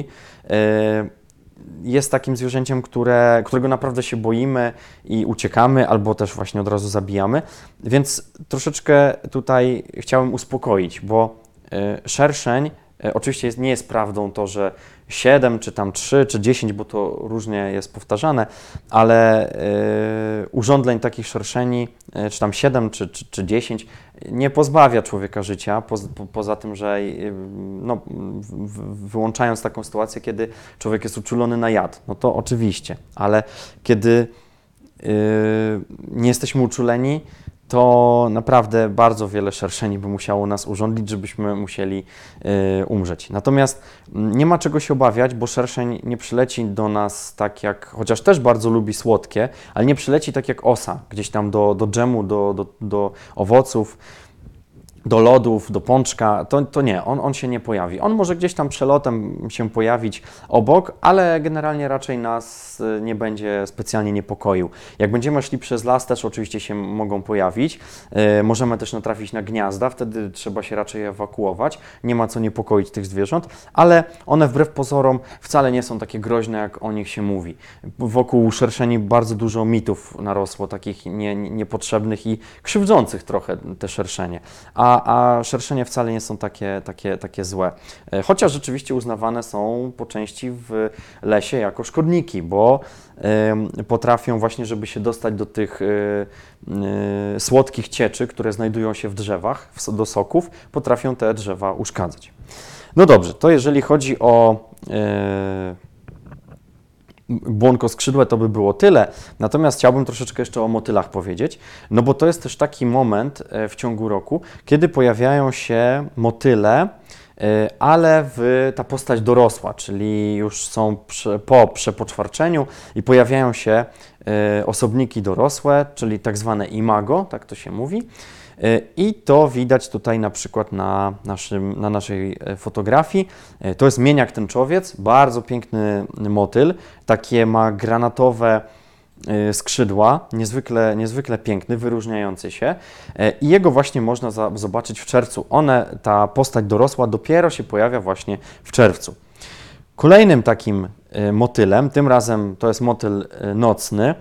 Jest takim zwierzęciem, którego naprawdę się boimy i uciekamy, albo też właśnie od razu zabijamy. Więc troszeczkę tutaj chciałem uspokoić, bo szerszeń, oczywiście nie jest prawdą to, że 7, czy tam 3, czy 10, bo to różnie jest powtarzane, ale urządzeń takich szerszeni, czy tam 7, czy 10, nie pozbawia człowieka życia, poza tym, że wyłączając taką sytuację, kiedy człowiek jest uczulony na jad, no to oczywiście, ale kiedy nie jesteśmy uczuleni, to naprawdę bardzo wiele szerszeni by musiało nas urządlić, żebyśmy musieli umrzeć. Natomiast nie ma czego się obawiać, bo szerszeń nie przyleci do nas tak jak, chociaż też bardzo lubi słodkie, ale nie przyleci tak jak osa, gdzieś tam do dżemu, do owoców, do lodów, do pączka, to nie, on się nie pojawi. On może gdzieś tam przelotem się pojawić obok, ale generalnie raczej nas nie będzie specjalnie niepokoił. Jak będziemy szli przez las, też oczywiście się mogą pojawić. Możemy też natrafić na gniazda, wtedy trzeba się raczej ewakuować. Nie ma co niepokoić tych zwierząt, ale one wbrew pozorom wcale nie są takie groźne, jak o nich się mówi. Wokół szerszeni bardzo dużo mitów narosło, takich niepotrzebnych i krzywdzących trochę te szerszenie. A szerszenie wcale nie są takie złe. Chociaż rzeczywiście uznawane są po części w lesie jako szkodniki, bo potrafią właśnie, żeby się dostać do tych słodkich cieczy, które znajdują się w drzewach, do soków, potrafią te drzewa uszkadzać. No dobrze, to jeżeli chodzi o błonkoskrzydłe to by było tyle, natomiast chciałbym troszeczkę jeszcze o motylach powiedzieć, no bo to jest też taki moment w ciągu roku, kiedy pojawiają się motyle, ale ta postać dorosła, czyli już są po przepoczwarczeniu i pojawiają się osobniki dorosłe, czyli tak zwane imago, tak to się mówi. I to widać tutaj na przykład na naszej fotografii. To jest mieniak tęczowiec, bardzo piękny motyl, takie ma granatowe skrzydła, niezwykle piękny, wyróżniający się i jego właśnie można zobaczyć w czerwcu. Ta postać dorosła dopiero się pojawia właśnie w czerwcu. Kolejnym takim motylem, tym razem to jest motyl nocny.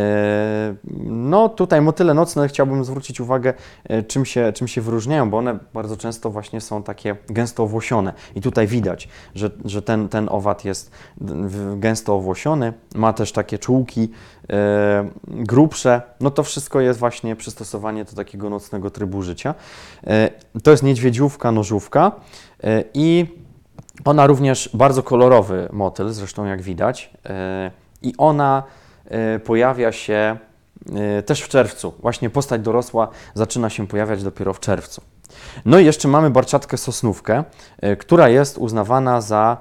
No tutaj motyle nocne chciałbym zwrócić uwagę, czym się wyróżniają, bo one bardzo często właśnie są takie gęsto owłosione i tutaj widać, że ten owad jest gęsto owłosiony, ma też takie czułki grubsze, no to wszystko jest właśnie przystosowanie do takiego nocnego trybu życia. To jest niedźwiedziówka, nożówka i ona również bardzo kolorowy motyl, zresztą jak widać, i ona pojawia się też w czerwcu. Właśnie postać dorosła zaczyna się pojawiać dopiero w czerwcu. No i jeszcze mamy barczatkę sosnówkę, która jest uznawana za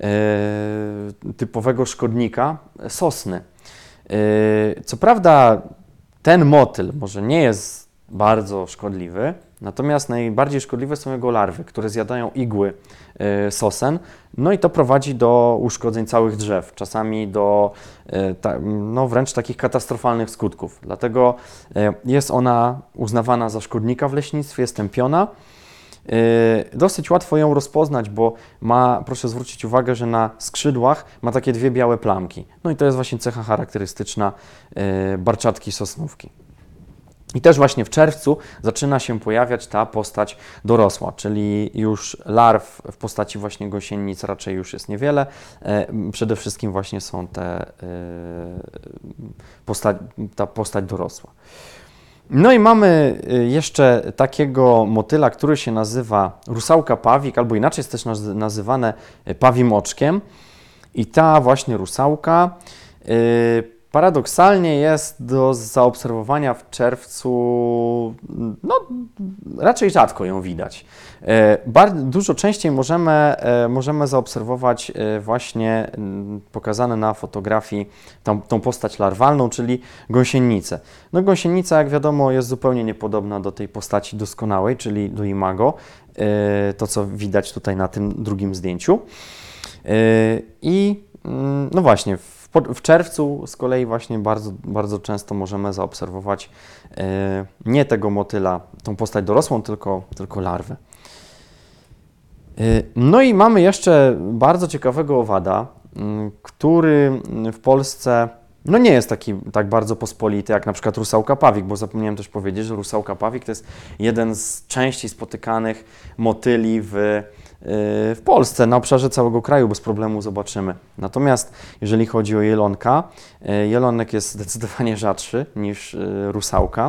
typowego szkodnika sosny. Co prawda ten motyl może nie jest bardzo szkodliwy, natomiast najbardziej szkodliwe są jego larwy, które zjadają igły sosen, no i to prowadzi do uszkodzeń całych drzew, czasami do no wręcz takich katastrofalnych skutków. Dlatego jest ona uznawana za szkodnika w leśnictwie, jest tępiona. Dosyć łatwo ją rozpoznać, bo proszę zwrócić uwagę, że na skrzydłach ma takie dwie białe plamki. No i to jest właśnie cecha charakterystyczna barczatki sosnówki. I też właśnie w czerwcu zaczyna się pojawiać ta postać dorosła, czyli już larw w postaci właśnie gąsienic raczej już jest niewiele. Przede wszystkim właśnie są ta postać dorosła. No i mamy jeszcze takiego motyla, który się nazywa rusałka pawik, albo inaczej jest też nazywane pawim oczkiem. I ta właśnie rusałka paradoksalnie jest do zaobserwowania w czerwcu, no raczej rzadko ją widać. Dużo częściej możemy zaobserwować właśnie pokazane na fotografii tą postać larwalną, czyli gąsienicę. No gąsienica, jak wiadomo, jest zupełnie niepodobna do tej postaci doskonałej, czyli do imago, to co widać tutaj na tym drugim zdjęciu. I no właśnie, w czerwcu z kolei właśnie bardzo często możemy zaobserwować nie tego motyla, tą postać dorosłą, tylko larwę. No i mamy jeszcze bardzo ciekawego owada, który w Polsce no nie jest tak bardzo pospolity jak na przykład rusałka pawik, bo zapomniałem też powiedzieć, że rusałka pawik to jest jeden z częściej spotykanych motyli w Polsce, na obszarze całego kraju bez problemu zobaczymy. Natomiast jeżeli chodzi o jelonka, jelonek jest zdecydowanie rzadszy niż rusałka.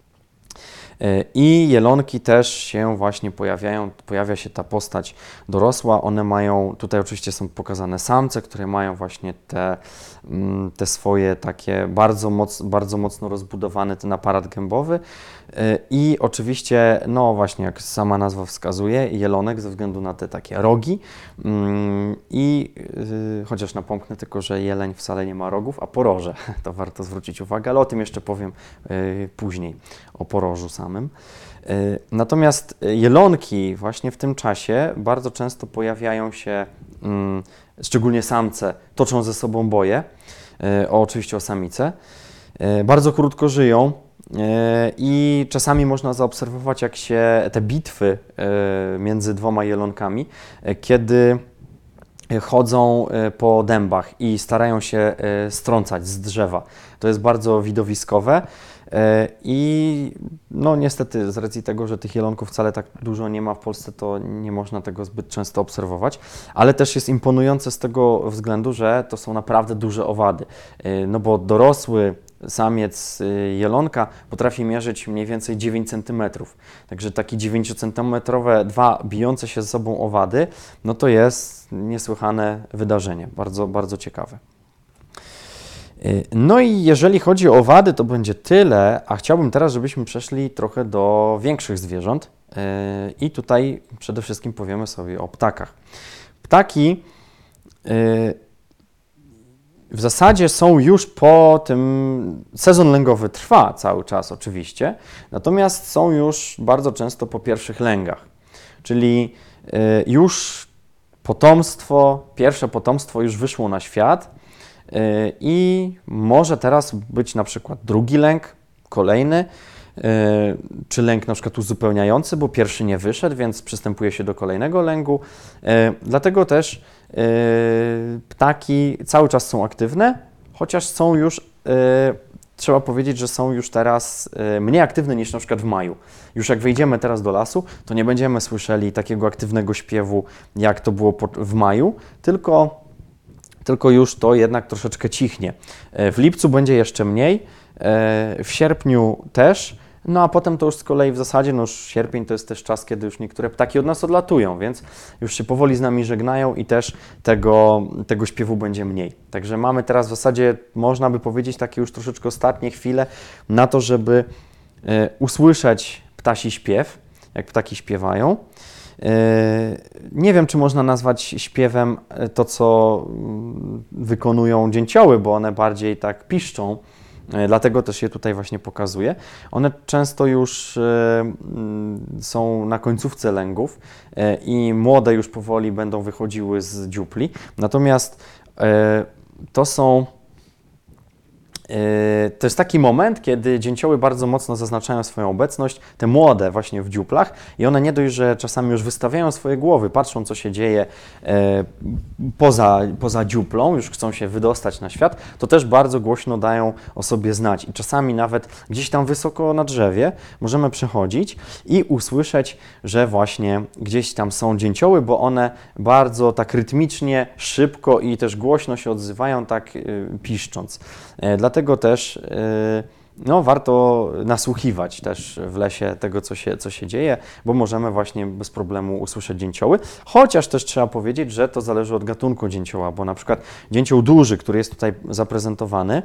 I jelonki też się właśnie pojawia się ta postać dorosła, one mają, tutaj oczywiście są pokazane samce, które mają właśnie te swoje takie bardzo mocno rozbudowany ten aparat gębowy i oczywiście, no właśnie jak sama nazwa wskazuje, jelonek ze względu na te takie rogi i chociaż napomknę tylko, że jeleń wcale nie ma rogów, a poroże, to warto zwrócić uwagę, ale o tym jeszcze powiem później, o porożu samym. Natomiast jelonki właśnie w tym czasie bardzo często pojawiają się, szczególnie samce, toczą ze sobą boje, oczywiście o samice. Bardzo krótko żyją i czasami można zaobserwować, jak się te bitwy między dwoma jelonkami, kiedy chodzą po dębach i starają się strącać z drzewa. To jest bardzo widowiskowe. I no niestety z racji tego, że tych jelonków wcale tak dużo nie ma w Polsce, to nie można tego zbyt często obserwować, ale też jest imponujące z tego względu, że to są naprawdę duże owady, no bo dorosły samiec jelonka potrafi mierzyć mniej więcej 9 cm, także takie 9-centymetrowe, dwa bijące się ze sobą owady, no to jest niesłychane wydarzenie, bardzo ciekawe. No i jeżeli chodzi o owady, to będzie tyle, a chciałbym teraz, żebyśmy przeszli trochę do większych zwierząt i tutaj przede wszystkim powiemy sobie o ptakach. Ptaki w zasadzie są już po tym, sezon lęgowy trwa cały czas oczywiście, natomiast są już bardzo często po pierwszych lęgach, czyli już pierwsze potomstwo już wyszło na świat i może teraz być na przykład drugi lęk, kolejny, czy lęk na przykład uzupełniający, bo pierwszy nie wyszedł, więc przystępuje się do kolejnego lęgu. Dlatego też ptaki cały czas są aktywne, chociaż są już, trzeba powiedzieć, że są już teraz mniej aktywne niż na przykład w maju. Już jak wejdziemy teraz do lasu, to nie będziemy słyszeli takiego aktywnego śpiewu, jak to było w maju, tylko już to jednak troszeczkę cichnie. W lipcu będzie jeszcze mniej, w sierpniu też, no a potem to już z kolei w zasadzie, no już sierpień to jest też czas, kiedy już niektóre ptaki od nas odlatują, więc już się powoli z nami żegnają i też tego śpiewu będzie mniej. Także mamy teraz w zasadzie, można by powiedzieć, takie już troszeczkę ostatnie chwile na to, żeby usłyszeć ptasi śpiew, jak ptaki śpiewają. Nie wiem, czy można nazwać śpiewem to, co wykonują dzięcioły, bo one bardziej tak piszczą, dlatego też je tutaj właśnie pokazuję. One często już są na końcówce lęgów i młode już powoli będą wychodziły z dziupli, natomiast to jest taki moment, kiedy dzięcioły bardzo mocno zaznaczają swoją obecność, te młode właśnie w dziuplach i one nie dość, że czasami już wystawiają swoje głowy, patrzą co się dzieje poza dziuplą, już chcą się wydostać na świat, to też bardzo głośno dają o sobie znać i czasami nawet gdzieś tam wysoko na drzewie możemy przechodzić i usłyszeć, że właśnie gdzieś tam są dzięcioły, bo one bardzo tak rytmicznie, szybko i też głośno się odzywają, tak piszcząc. Dlatego też warto nasłuchiwać też w lesie tego, co się dzieje, bo możemy właśnie bez problemu usłyszeć dzięcioły, chociaż też trzeba powiedzieć, że to zależy od gatunku dzięcioła, bo na przykład dzięcioł duży, który jest tutaj zaprezentowany,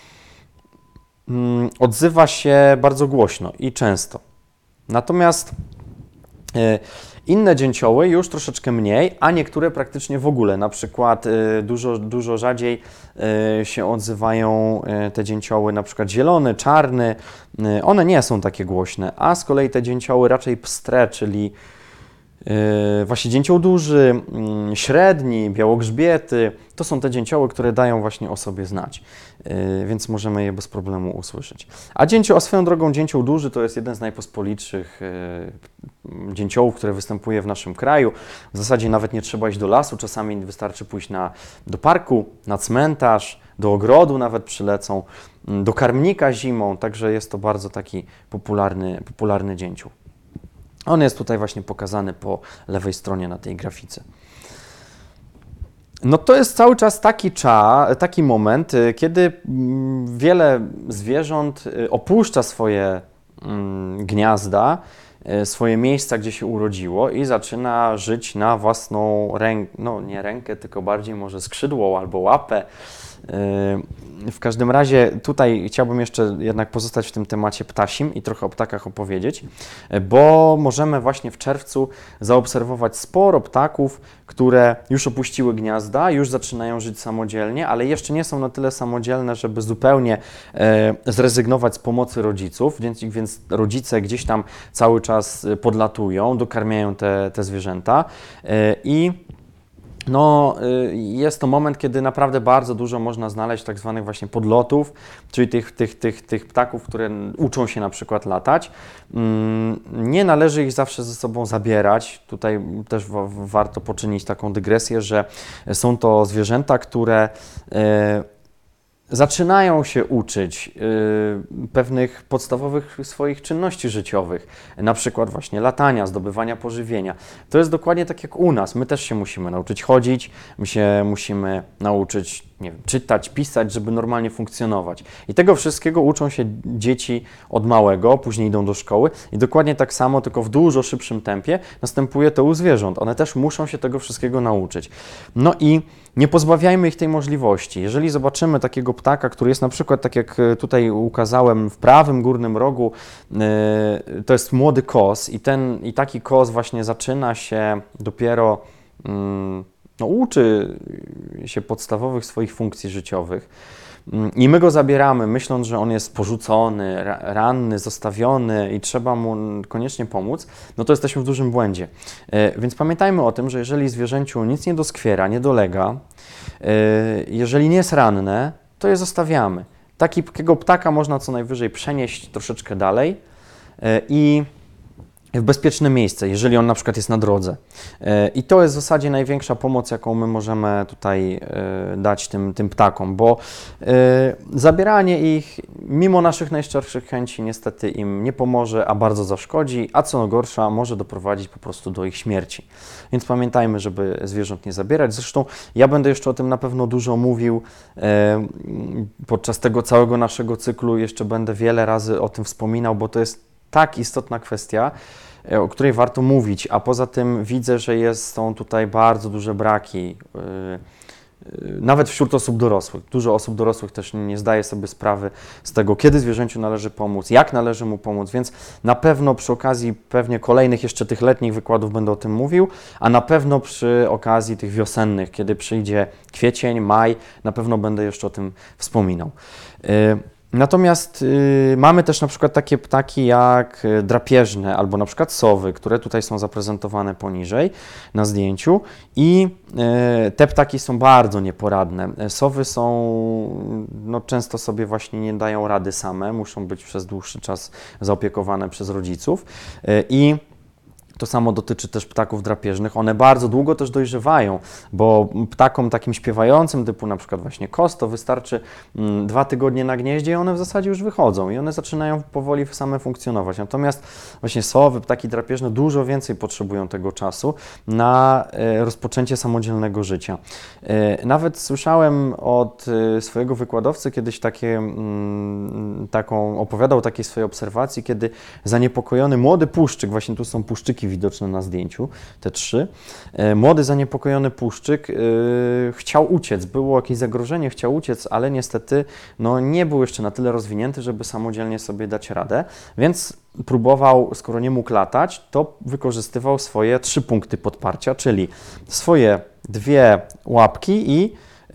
odzywa się bardzo głośno i często. Natomiast inne dzięcioły już troszeczkę mniej, a niektóre praktycznie w ogóle. Na przykład dużo rzadziej się odzywają te dzięcioły, na przykład zielony, czarny. One nie są takie głośne, a z kolei te dzięcioły raczej pstre, czyli właśnie dzięcioł duży, średni, białogrzbiety, to są te dzięcioły, które dają właśnie o sobie znać, więc możemy je bez problemu usłyszeć. A swoją drogą dzięcioł duży to jest jeden z najpospolitszych dzięciołów, które występuje w naszym kraju. W zasadzie nawet nie trzeba iść do lasu, czasami wystarczy pójść do parku, na cmentarz, do ogrodu nawet przylecą, do karmnika zimą, także jest to bardzo taki popularny dzięcioł. On jest tutaj właśnie pokazany po lewej stronie na tej grafice. No to jest cały czas taki moment, kiedy wiele zwierząt opuszcza swoje gniazda, swoje miejsca, gdzie się urodziło i zaczyna żyć na własną rękę, no nie rękę, tylko bardziej może skrzydło albo łapę. W każdym razie tutaj chciałbym jeszcze jednak pozostać w tym temacie ptasim i trochę o ptakach opowiedzieć, bo możemy właśnie w czerwcu zaobserwować sporo ptaków, które już opuściły gniazda, już zaczynają żyć samodzielnie, ale jeszcze nie są na tyle samodzielne, żeby zupełnie zrezygnować z pomocy rodziców, więc rodzice gdzieś tam cały czas podlatują, dokarmiają te zwierzęta i jest to moment, kiedy naprawdę bardzo dużo można znaleźć tak zwanych właśnie podlotów, czyli tych ptaków, które uczą się na przykład latać. Nie należy ich zawsze ze sobą zabierać. Tutaj też warto poczynić taką dygresję, że są to zwierzęta, które zaczynają się uczyć pewnych podstawowych swoich czynności życiowych, na przykład właśnie latania, zdobywania pożywienia. To jest dokładnie tak jak u nas. My też się musimy nauczyć chodzić, my się musimy nauczyć nie wiem, czytać, pisać, żeby normalnie funkcjonować. I tego wszystkiego uczą się dzieci od małego, później idą do szkoły i dokładnie tak samo, tylko w dużo szybszym tempie następuje to u zwierząt. One też muszą się tego wszystkiego nauczyć. No i nie pozbawiajmy ich tej możliwości. Jeżeli zobaczymy takiego ptaka, który jest na przykład, tak jak tutaj ukazałem, w prawym górnym rogu, to jest młody kos i taki kos właśnie zaczyna się dopiero, uczy się podstawowych swoich funkcji życiowych i my go zabieramy, myśląc, że on jest porzucony, ranny, zostawiony i trzeba mu koniecznie pomóc, no to jesteśmy w dużym błędzie. Więc pamiętajmy o tym, że jeżeli zwierzęciu nic nie doskwiera, nie dolega, jeżeli nie jest ranne, to je zostawiamy. Takiego ptaka można co najwyżej przenieść troszeczkę dalej i w bezpieczne miejsce, jeżeli on na przykład jest na drodze. I to jest w zasadzie największa pomoc, jaką my możemy tutaj dać tym ptakom, bo zabieranie ich, mimo naszych najszczerszych chęci, niestety im nie pomoże, a bardzo zaszkodzi, a co gorsza, może doprowadzić po prostu do ich śmierci. Więc pamiętajmy, żeby zwierząt nie zabierać. Zresztą ja będę jeszcze o tym na pewno dużo mówił podczas tego całego naszego cyklu, jeszcze będę wiele razy o tym wspominał, bo to jest tak istotna kwestia, o której warto mówić, a poza tym widzę, że są tutaj bardzo duże braki, nawet wśród osób dorosłych. Dużo osób dorosłych też nie zdaje sobie sprawy z tego, kiedy zwierzęciu należy pomóc, jak należy mu pomóc, więc na pewno przy okazji pewnie kolejnych jeszcze tych letnich wykładów będę o tym mówił, a na pewno przy okazji tych wiosennych, kiedy przyjdzie kwiecień, maj, na pewno będę jeszcze o tym wspominał. Natomiast mamy też na przykład takie ptaki jak drapieżne albo na przykład sowy, które tutaj są zaprezentowane poniżej na zdjęciu i te ptaki są bardzo nieporadne. Sowy często sobie właśnie nie dają rady same, muszą być przez dłuższy czas zaopiekowane przez rodziców i to samo dotyczy też ptaków drapieżnych. One bardzo długo też dojrzewają, bo ptakom takim śpiewającym, typu na przykład właśnie kos, to wystarczy 2 tygodnie na gnieździe i one w zasadzie już wychodzą i one zaczynają powoli same funkcjonować. Natomiast właśnie sowy, ptaki drapieżne dużo więcej potrzebują tego czasu na rozpoczęcie samodzielnego życia. Nawet słyszałem od swojego wykładowcy kiedyś opowiadał o takiej swojej obserwacji, kiedy zaniepokojony młody puszczyk, właśnie tu są puszczyki widoczne na zdjęciu, te 3. Młody, zaniepokojony puszczyk chciał uciec, było jakieś zagrożenie, chciał uciec, ale niestety nie był jeszcze na tyle rozwinięty, żeby samodzielnie sobie dać radę, więc próbował, skoro nie mógł latać, to wykorzystywał swoje 3 punkty podparcia, czyli swoje 2 łapki i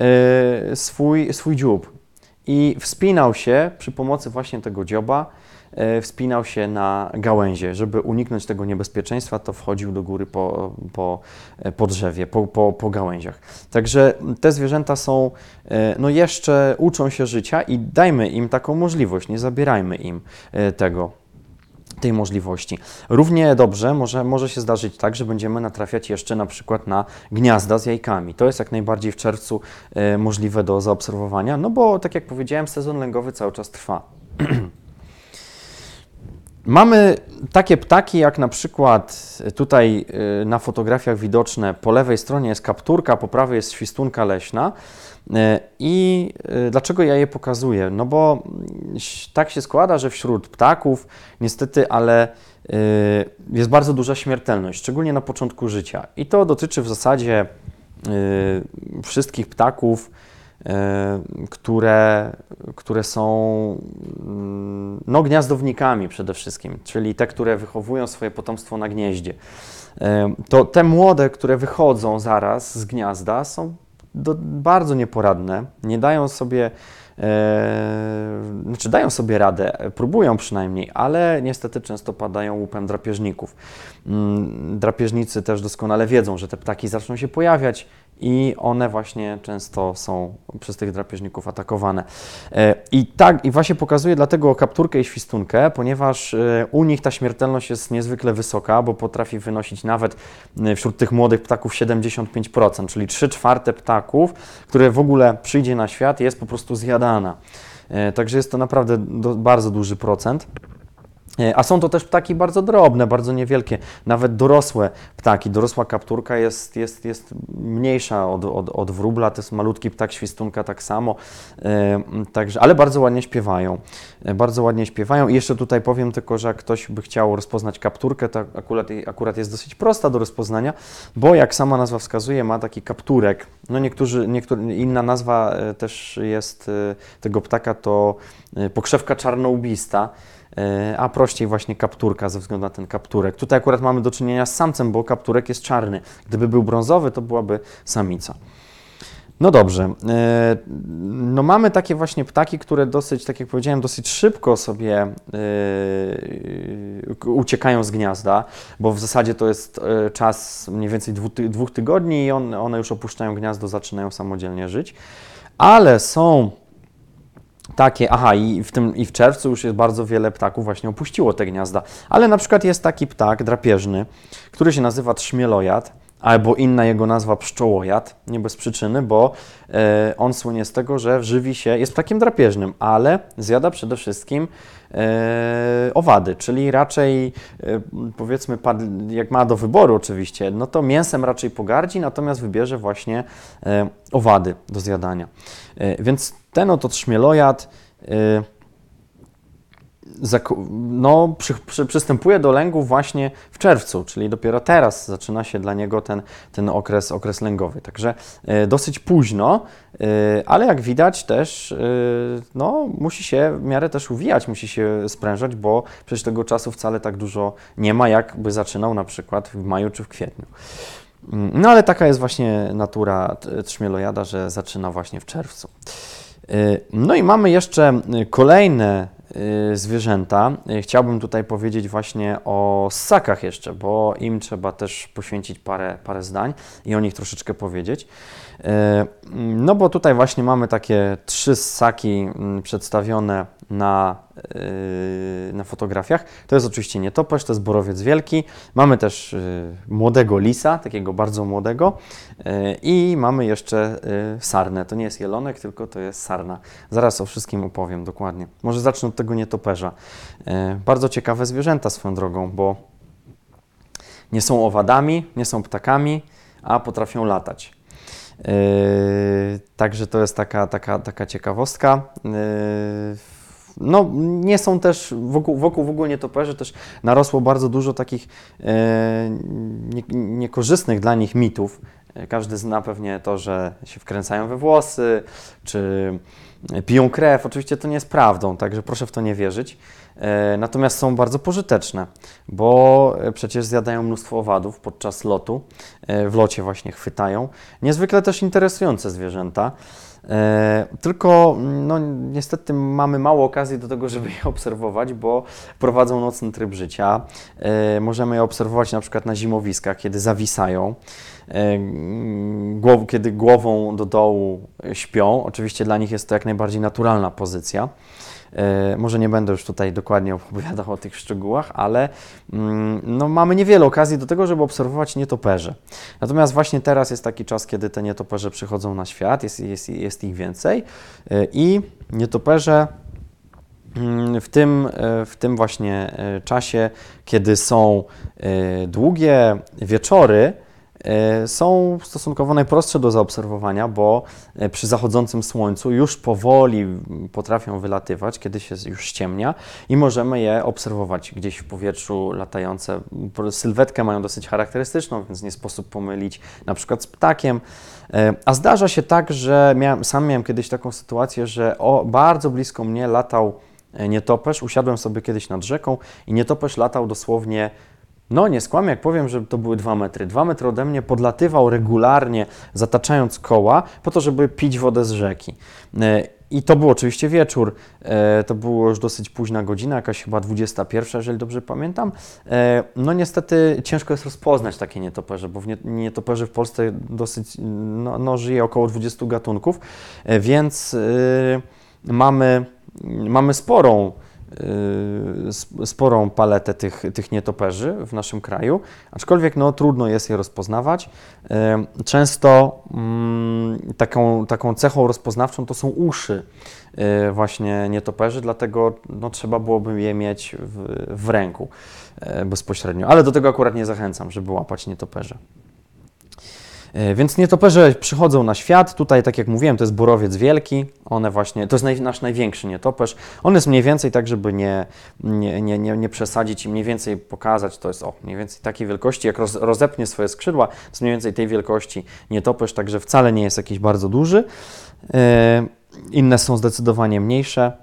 swój dziób. I wspinał się przy pomocy właśnie tego dzioba, wspinał się na gałęzie. Żeby uniknąć tego niebezpieczeństwa, to wchodził do góry po drzewie, po gałęziach. Także te zwierzęta są, jeszcze uczą się życia i dajmy im taką możliwość, nie zabierajmy im tej możliwości. Równie dobrze może się zdarzyć tak, że będziemy natrafiać jeszcze na przykład na gniazda z jajkami. To jest jak najbardziej w czerwcu możliwe do zaobserwowania, bo tak jak powiedziałem, sezon lęgowy cały czas trwa. Mamy takie ptaki jak na przykład tutaj na fotografiach widoczne, po lewej stronie jest kapturka, po prawej jest świstunka leśna. I dlaczego ja je pokazuję? Bo tak się składa, że wśród ptaków niestety, ale jest bardzo duża śmiertelność, szczególnie na początku życia. I to dotyczy w zasadzie wszystkich ptaków, które są gniazdownikami przede wszystkim, czyli te, które wychowują swoje potomstwo na gnieździe. To te młode, które wychodzą zaraz z gniazda, są bardzo nieporadne, nie dają sobie, dają sobie radę, próbują przynajmniej, ale niestety często padają łupem drapieżników. Drapieżnicy też doskonale wiedzą, że te ptaki zaczną się pojawiać i one właśnie często są przez tych drapieżników atakowane. I właśnie pokazuję dlatego kapturkę i świstunkę, ponieważ u nich ta śmiertelność jest niezwykle wysoka, bo potrafi wynosić nawet wśród tych młodych ptaków 75%, czyli 3/4 ptaków, które w ogóle przyjdzie na świat, jest po prostu zjadana. Także jest to naprawdę bardzo duży procent. A są to też ptaki bardzo drobne, bardzo niewielkie, nawet dorosłe ptaki. Dorosła kapturka jest mniejsza od wróbla, to jest malutki ptak, świstunka tak samo, także, ale bardzo ładnie śpiewają. Bardzo ładnie śpiewają i jeszcze tutaj powiem tylko, że jak ktoś by chciał rozpoznać kapturkę, to akurat jest dosyć prosta do rozpoznania, bo jak sama nazwa wskazuje, ma taki kapturek. No inna nazwa też jest tego ptaka to pokrzewka czarnołbista, a prościej właśnie kapturka ze względu na ten kapturek. Tutaj akurat mamy do czynienia z samcem, bo kapturek jest czarny. Gdyby był brązowy, to byłaby samica. No dobrze, no mamy takie właśnie ptaki, które dosyć, tak jak powiedziałem, dosyć szybko sobie uciekają z gniazda, bo w zasadzie to jest czas mniej więcej 2 tygodni i one już opuszczają gniazdo, zaczynają samodzielnie żyć, ale są takie, i w czerwcu już jest bardzo wiele ptaków właśnie opuściło te gniazda, ale na przykład jest taki ptak drapieżny, który się nazywa trzmielojad, albo inna jego nazwa pszczołojad, nie bez przyczyny, bo on słynie z tego, że żywi się, jest ptakiem drapieżnym, ale zjada przede wszystkim owady, czyli raczej powiedzmy, jak ma do wyboru oczywiście, no to mięsem raczej pogardzi, natomiast wybierze właśnie owady do zjadania. Więc ten oto trzmielojad przystępuje do lęgu właśnie w czerwcu, czyli dopiero teraz zaczyna się dla niego ten okres lęgowy. Także dosyć późno, ale jak widać też musi się w miarę też uwijać, musi się sprężać, bo przecież tego czasu wcale tak dużo nie ma, jakby zaczynał na przykład w maju czy w kwietniu. No ale taka jest właśnie natura trzmielojada, że zaczyna właśnie w czerwcu. No i mamy jeszcze kolejne zwierzęta. Chciałbym tutaj powiedzieć właśnie o ssakach jeszcze, bo im trzeba też poświęcić parę zdań i o nich troszeczkę powiedzieć. No bo tutaj właśnie mamy takie 3 ssaki przedstawione na fotografiach. To jest oczywiście nietoperz, to jest borowiec wielki. Mamy też młodego lisa, takiego bardzo młodego i mamy jeszcze sarnę. To nie jest jelonek, tylko to jest sarna. Zaraz o wszystkim opowiem dokładnie. Może zacznę od tego nietoperza. Bardzo ciekawe zwierzęta swoją drogą, bo nie są owadami, nie są ptakami, a potrafią latać. Także to jest taka ciekawostka. No, nie są też, wokół w ogóle nietoperzy też narosło bardzo dużo takich niekorzystnych dla nich mitów. Każdy zna pewnie to, że się wkręcają we włosy, czy piją krew. Oczywiście to nie jest prawdą, także proszę w to nie wierzyć. Natomiast są bardzo pożyteczne, bo przecież zjadają mnóstwo owadów podczas lotu. W locie właśnie chwytają. Niezwykle też interesujące zwierzęta. Tylko no, niestety mamy mało okazji do tego, żeby je obserwować, bo prowadzą nocny tryb życia. Możemy je obserwować na przykład na zimowiskach, kiedy zawisają, kiedy głową do dołu śpią. Oczywiście dla nich jest to jak najbardziej naturalna pozycja. Może nie będę już tutaj dokładnie opowiadał o tych szczegółach, ale no, mamy niewiele okazji do tego, żeby obserwować nietoperze. Natomiast właśnie teraz jest taki czas, kiedy te nietoperze przychodzą na świat, jest ich więcej i nietoperze w tym właśnie czasie, kiedy są długie wieczory, są stosunkowo najprostsze do zaobserwowania, bo przy zachodzącym słońcu już powoli potrafią wylatywać, kiedy się już ściemnia i możemy je obserwować gdzieś w powietrzu latające. Sylwetkę mają dosyć charakterystyczną, więc nie sposób pomylić na przykład z ptakiem. A zdarza się tak, że sam miałem kiedyś taką sytuację, że bardzo blisko mnie latał nietoperz. Usiadłem sobie kiedyś nad rzeką i nietoperz latał dosłownie, no nie skłamię, jak powiem, że to były 2 metry. 2 metry ode mnie, podlatywał regularnie, zataczając koła, po to, żeby pić wodę z rzeki. I to był oczywiście wieczór, to było już dosyć późna godzina, jakaś chyba 21, jeżeli dobrze pamiętam. No niestety ciężko jest rozpoznać takie nietoperze, bo nietoperzy w Polsce dosyć, żyje około 20 gatunków, więc mamy sporą sporą paletę tych nietoperzy w naszym kraju, aczkolwiek no, trudno jest je rozpoznawać. Często taką cechą rozpoznawczą to są uszy właśnie nietoperzy, dlatego no, trzeba byłoby je mieć w ręku bezpośrednio, ale do tego akurat nie zachęcam, żeby łapać nietoperze. Więc nietoperze przychodzą na świat. Tutaj, tak jak mówiłem, to jest borowiec wielki. One właśnie, to jest nasz największy nietoperz. On jest mniej więcej tak, żeby nie przesadzić i mniej więcej pokazać, to jest mniej więcej takiej wielkości, jak rozepnie swoje skrzydła, to jest mniej więcej tej wielkości nietoperz, także wcale nie jest jakiś bardzo duży. Inne są zdecydowanie mniejsze.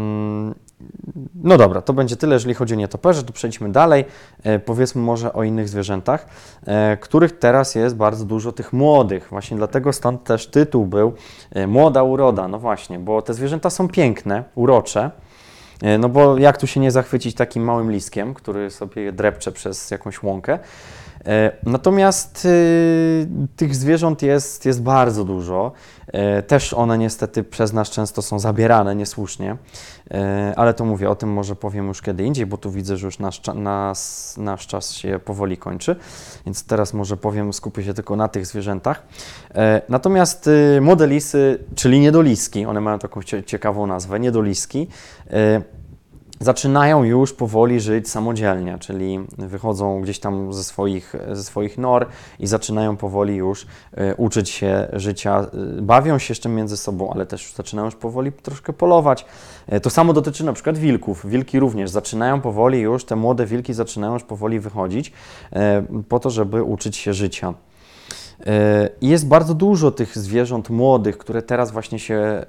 No dobra, to będzie tyle, jeżeli chodzi o nietoperze, to przejdźmy dalej. Powiedzmy może o innych zwierzętach, których teraz jest bardzo dużo tych młodych. Właśnie dlatego stąd też tytuł był Młoda uroda. No właśnie, bo te zwierzęta są piękne, urocze. No bo jak tu się nie zachwycić takim małym liskiem, który sobie drepcze przez jakąś łąkę. Natomiast tych zwierząt jest bardzo dużo. Też one niestety przez nas często są zabierane niesłusznie, ale to mówię, o tym może powiem już kiedy indziej, bo tu widzę, że już nasz czas się powoli kończy, więc teraz może skupię się tylko na tych zwierzętach. Natomiast młode lisy, czyli niedoliski, one mają taką ciekawą nazwę, niedoliski, zaczynają już powoli żyć samodzielnie, czyli wychodzą gdzieś tam ze swoich nor i zaczynają powoli już uczyć się życia, bawią się jeszcze między sobą, ale też zaczynają już powoli troszkę polować. To samo dotyczy na przykład wilków. Wilki również zaczynają powoli już, te młode wilki zaczynają już powoli wychodzić po to, żeby uczyć się życia. I jest bardzo dużo tych zwierząt młodych, które teraz właśnie się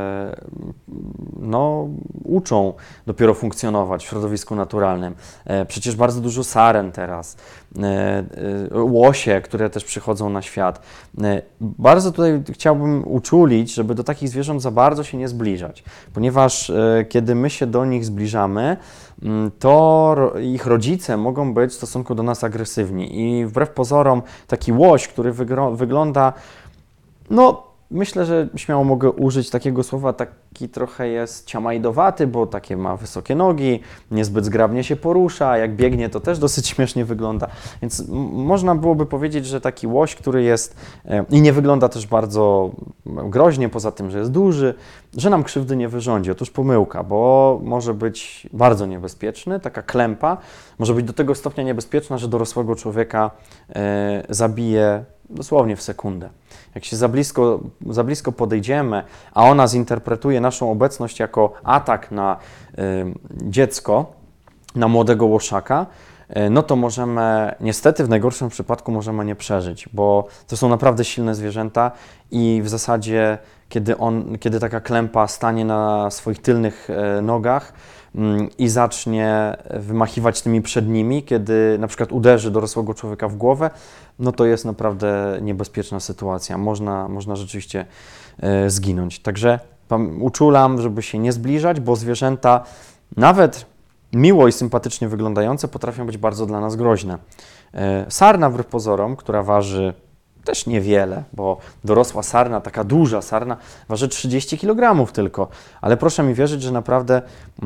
uczą dopiero funkcjonować w środowisku naturalnym. Przecież bardzo dużo saren teraz, łosie, które też przychodzą na świat. Bardzo tutaj chciałbym uczulić, żeby do takich zwierząt za bardzo się nie zbliżać, ponieważ kiedy my się do nich zbliżamy, to ich rodzice mogą być w stosunku do nas agresywni i wbrew pozorom taki łoś, który wygląda, no myślę, że śmiało mogę użyć takiego słowa, taki trochę jest ciamajdowaty, bo takie ma wysokie nogi, niezbyt zgrabnie się porusza, jak biegnie to też dosyć śmiesznie wygląda, więc można byłoby powiedzieć, że taki łoś, który jest i nie wygląda też bardzo groźnie, poza tym, że jest duży, że nam krzywdy nie wyrządzi. Otóż pomyłka, bo może być bardzo niebezpieczny, taka klępa, może być do tego stopnia niebezpieczna, że dorosłego człowieka zabije dosłownie w sekundę. Jak się za blisko podejdziemy, a ona zinterpretuje naszą obecność jako atak na dziecko, na młodego łoszaka, no to możemy, niestety w najgorszym przypadku możemy nie przeżyć, bo to są naprawdę silne zwierzęta i w zasadzie kiedy taka klępa stanie na swoich tylnych nogach i zacznie wymachiwać tymi przednimi, kiedy na przykład uderzy dorosłego człowieka w głowę, no to jest naprawdę niebezpieczna sytuacja. Można rzeczywiście zginąć. Także uczulam, żeby się nie zbliżać, bo zwierzęta nawet miło i sympatycznie wyglądające potrafią być bardzo dla nas groźne. Sarna wbrew pozorom, która waży też niewiele, bo dorosła sarna, taka duża sarna, waży 30 kg tylko, ale proszę mi wierzyć, że naprawdę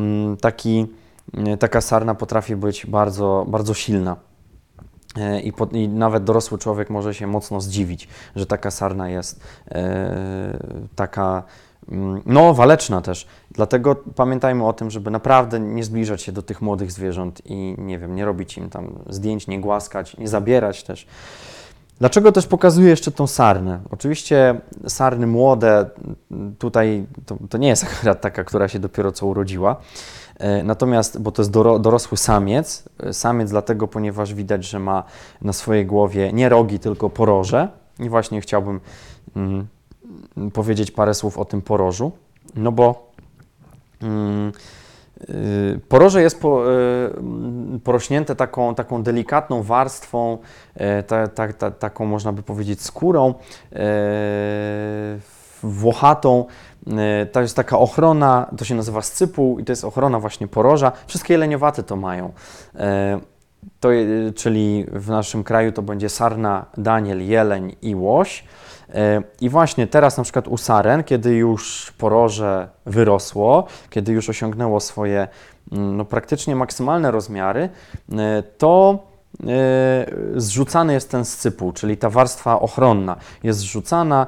taka sarna potrafi być bardzo, bardzo silna. I nawet dorosły człowiek może się mocno zdziwić, że taka sarna jest taka waleczna też. Dlatego pamiętajmy o tym, żeby naprawdę nie zbliżać się do tych młodych zwierząt i nie robić im tam zdjęć, nie głaskać, nie zabierać też. Dlaczego też pokazuję jeszcze tą sarnę? Oczywiście sarny młode, tutaj to nie jest akurat taka, która się dopiero co urodziła, natomiast, bo to jest dorosły samiec dlatego, ponieważ widać, że ma na swojej głowie nie rogi, tylko poroże i właśnie chciałbym powiedzieć parę słów o tym porożu, no bo poroże jest porośnięte taką delikatną warstwą, taką można by powiedzieć skórą włochatą. To jest taka ochrona, to się nazywa scypuł i to jest ochrona właśnie poroża. Wszystkie jeleniowaty to mają. czyli w naszym kraju to będzie sarna, daniel, jeleń i łoś. I właśnie teraz na przykład u saren, kiedy już poroże wyrosło, kiedy już osiągnęło swoje praktycznie maksymalne rozmiary, to zrzucany jest ten scypuł, czyli ta warstwa ochronna jest zrzucana.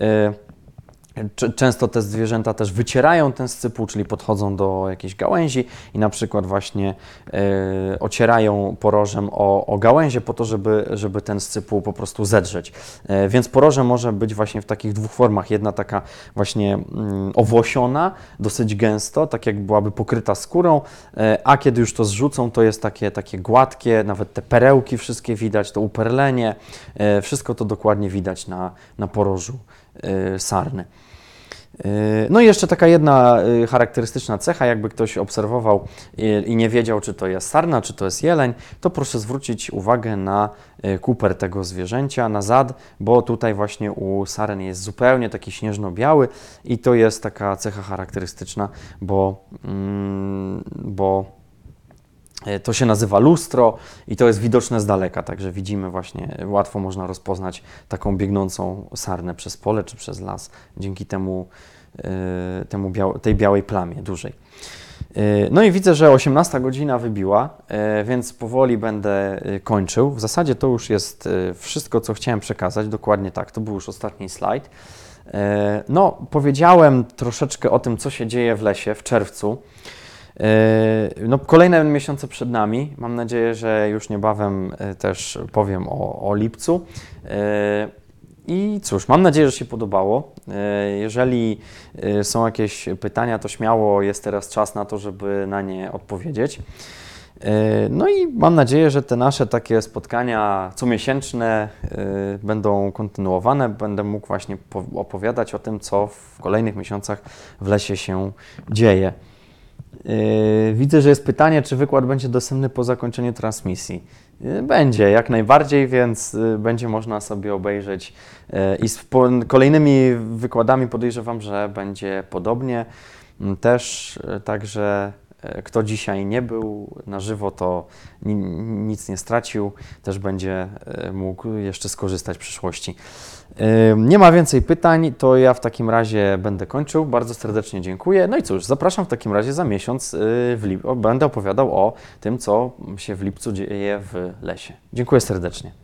Często te zwierzęta też wycierają ten scypuł, czyli podchodzą do jakiejś gałęzi i na przykład właśnie ocierają porożem o gałęzie po to, żeby ten scypuł po prostu zedrzeć. Więc poroże może być właśnie w takich dwóch formach. Jedna taka właśnie owłosiona, dosyć gęsto, tak jak byłaby pokryta skórą, a kiedy już to zrzucą, to jest takie gładkie, nawet te perełki wszystkie widać, to uperlenie, wszystko to dokładnie widać na porożu sarny. No i jeszcze taka jedna charakterystyczna cecha, jakby ktoś obserwował i nie wiedział, czy to jest sarna, czy to jest jeleń, to proszę zwrócić uwagę na kuper tego zwierzęcia, na zad, bo tutaj właśnie u saren jest zupełnie taki śnieżno-biały i to jest taka cecha charakterystyczna, bo to się nazywa lustro i to jest widoczne z daleka, także widzimy właśnie, łatwo można rozpoznać taką biegnącą sarnę przez pole czy przez las, dzięki tej białej plamie dużej. No i widzę, że 18 godzina wybiła, więc powoli będę kończył. W zasadzie to już jest wszystko, co chciałem przekazać, dokładnie tak, to był już ostatni slajd. No, powiedziałem troszeczkę o tym, co się dzieje w lesie w czerwcu. No, kolejne miesiące przed nami. Mam nadzieję, że już niebawem też powiem o lipcu. I cóż, mam nadzieję, że się podobało. Jeżeli są jakieś pytania, to śmiało jest teraz czas na to, żeby na nie odpowiedzieć. No i mam nadzieję, że te nasze takie spotkania comiesięczne będą kontynuowane. Będę mógł właśnie opowiadać o tym, co w kolejnych miesiącach w lesie się dzieje. Widzę, że jest pytanie, czy wykład będzie dostępny po zakończeniu transmisji. Będzie, jak najbardziej, więc będzie można sobie obejrzeć i z kolejnymi wykładami podejrzewam, że będzie podobnie też, także kto dzisiaj nie był na żywo, to nic nie stracił, też będzie mógł jeszcze skorzystać w przyszłości. Nie ma więcej pytań, to ja w takim razie będę kończył. Bardzo serdecznie dziękuję. No i cóż, zapraszam w takim razie za miesiąc, będę opowiadał o tym, co się w lipcu dzieje w lesie. Dziękuję serdecznie.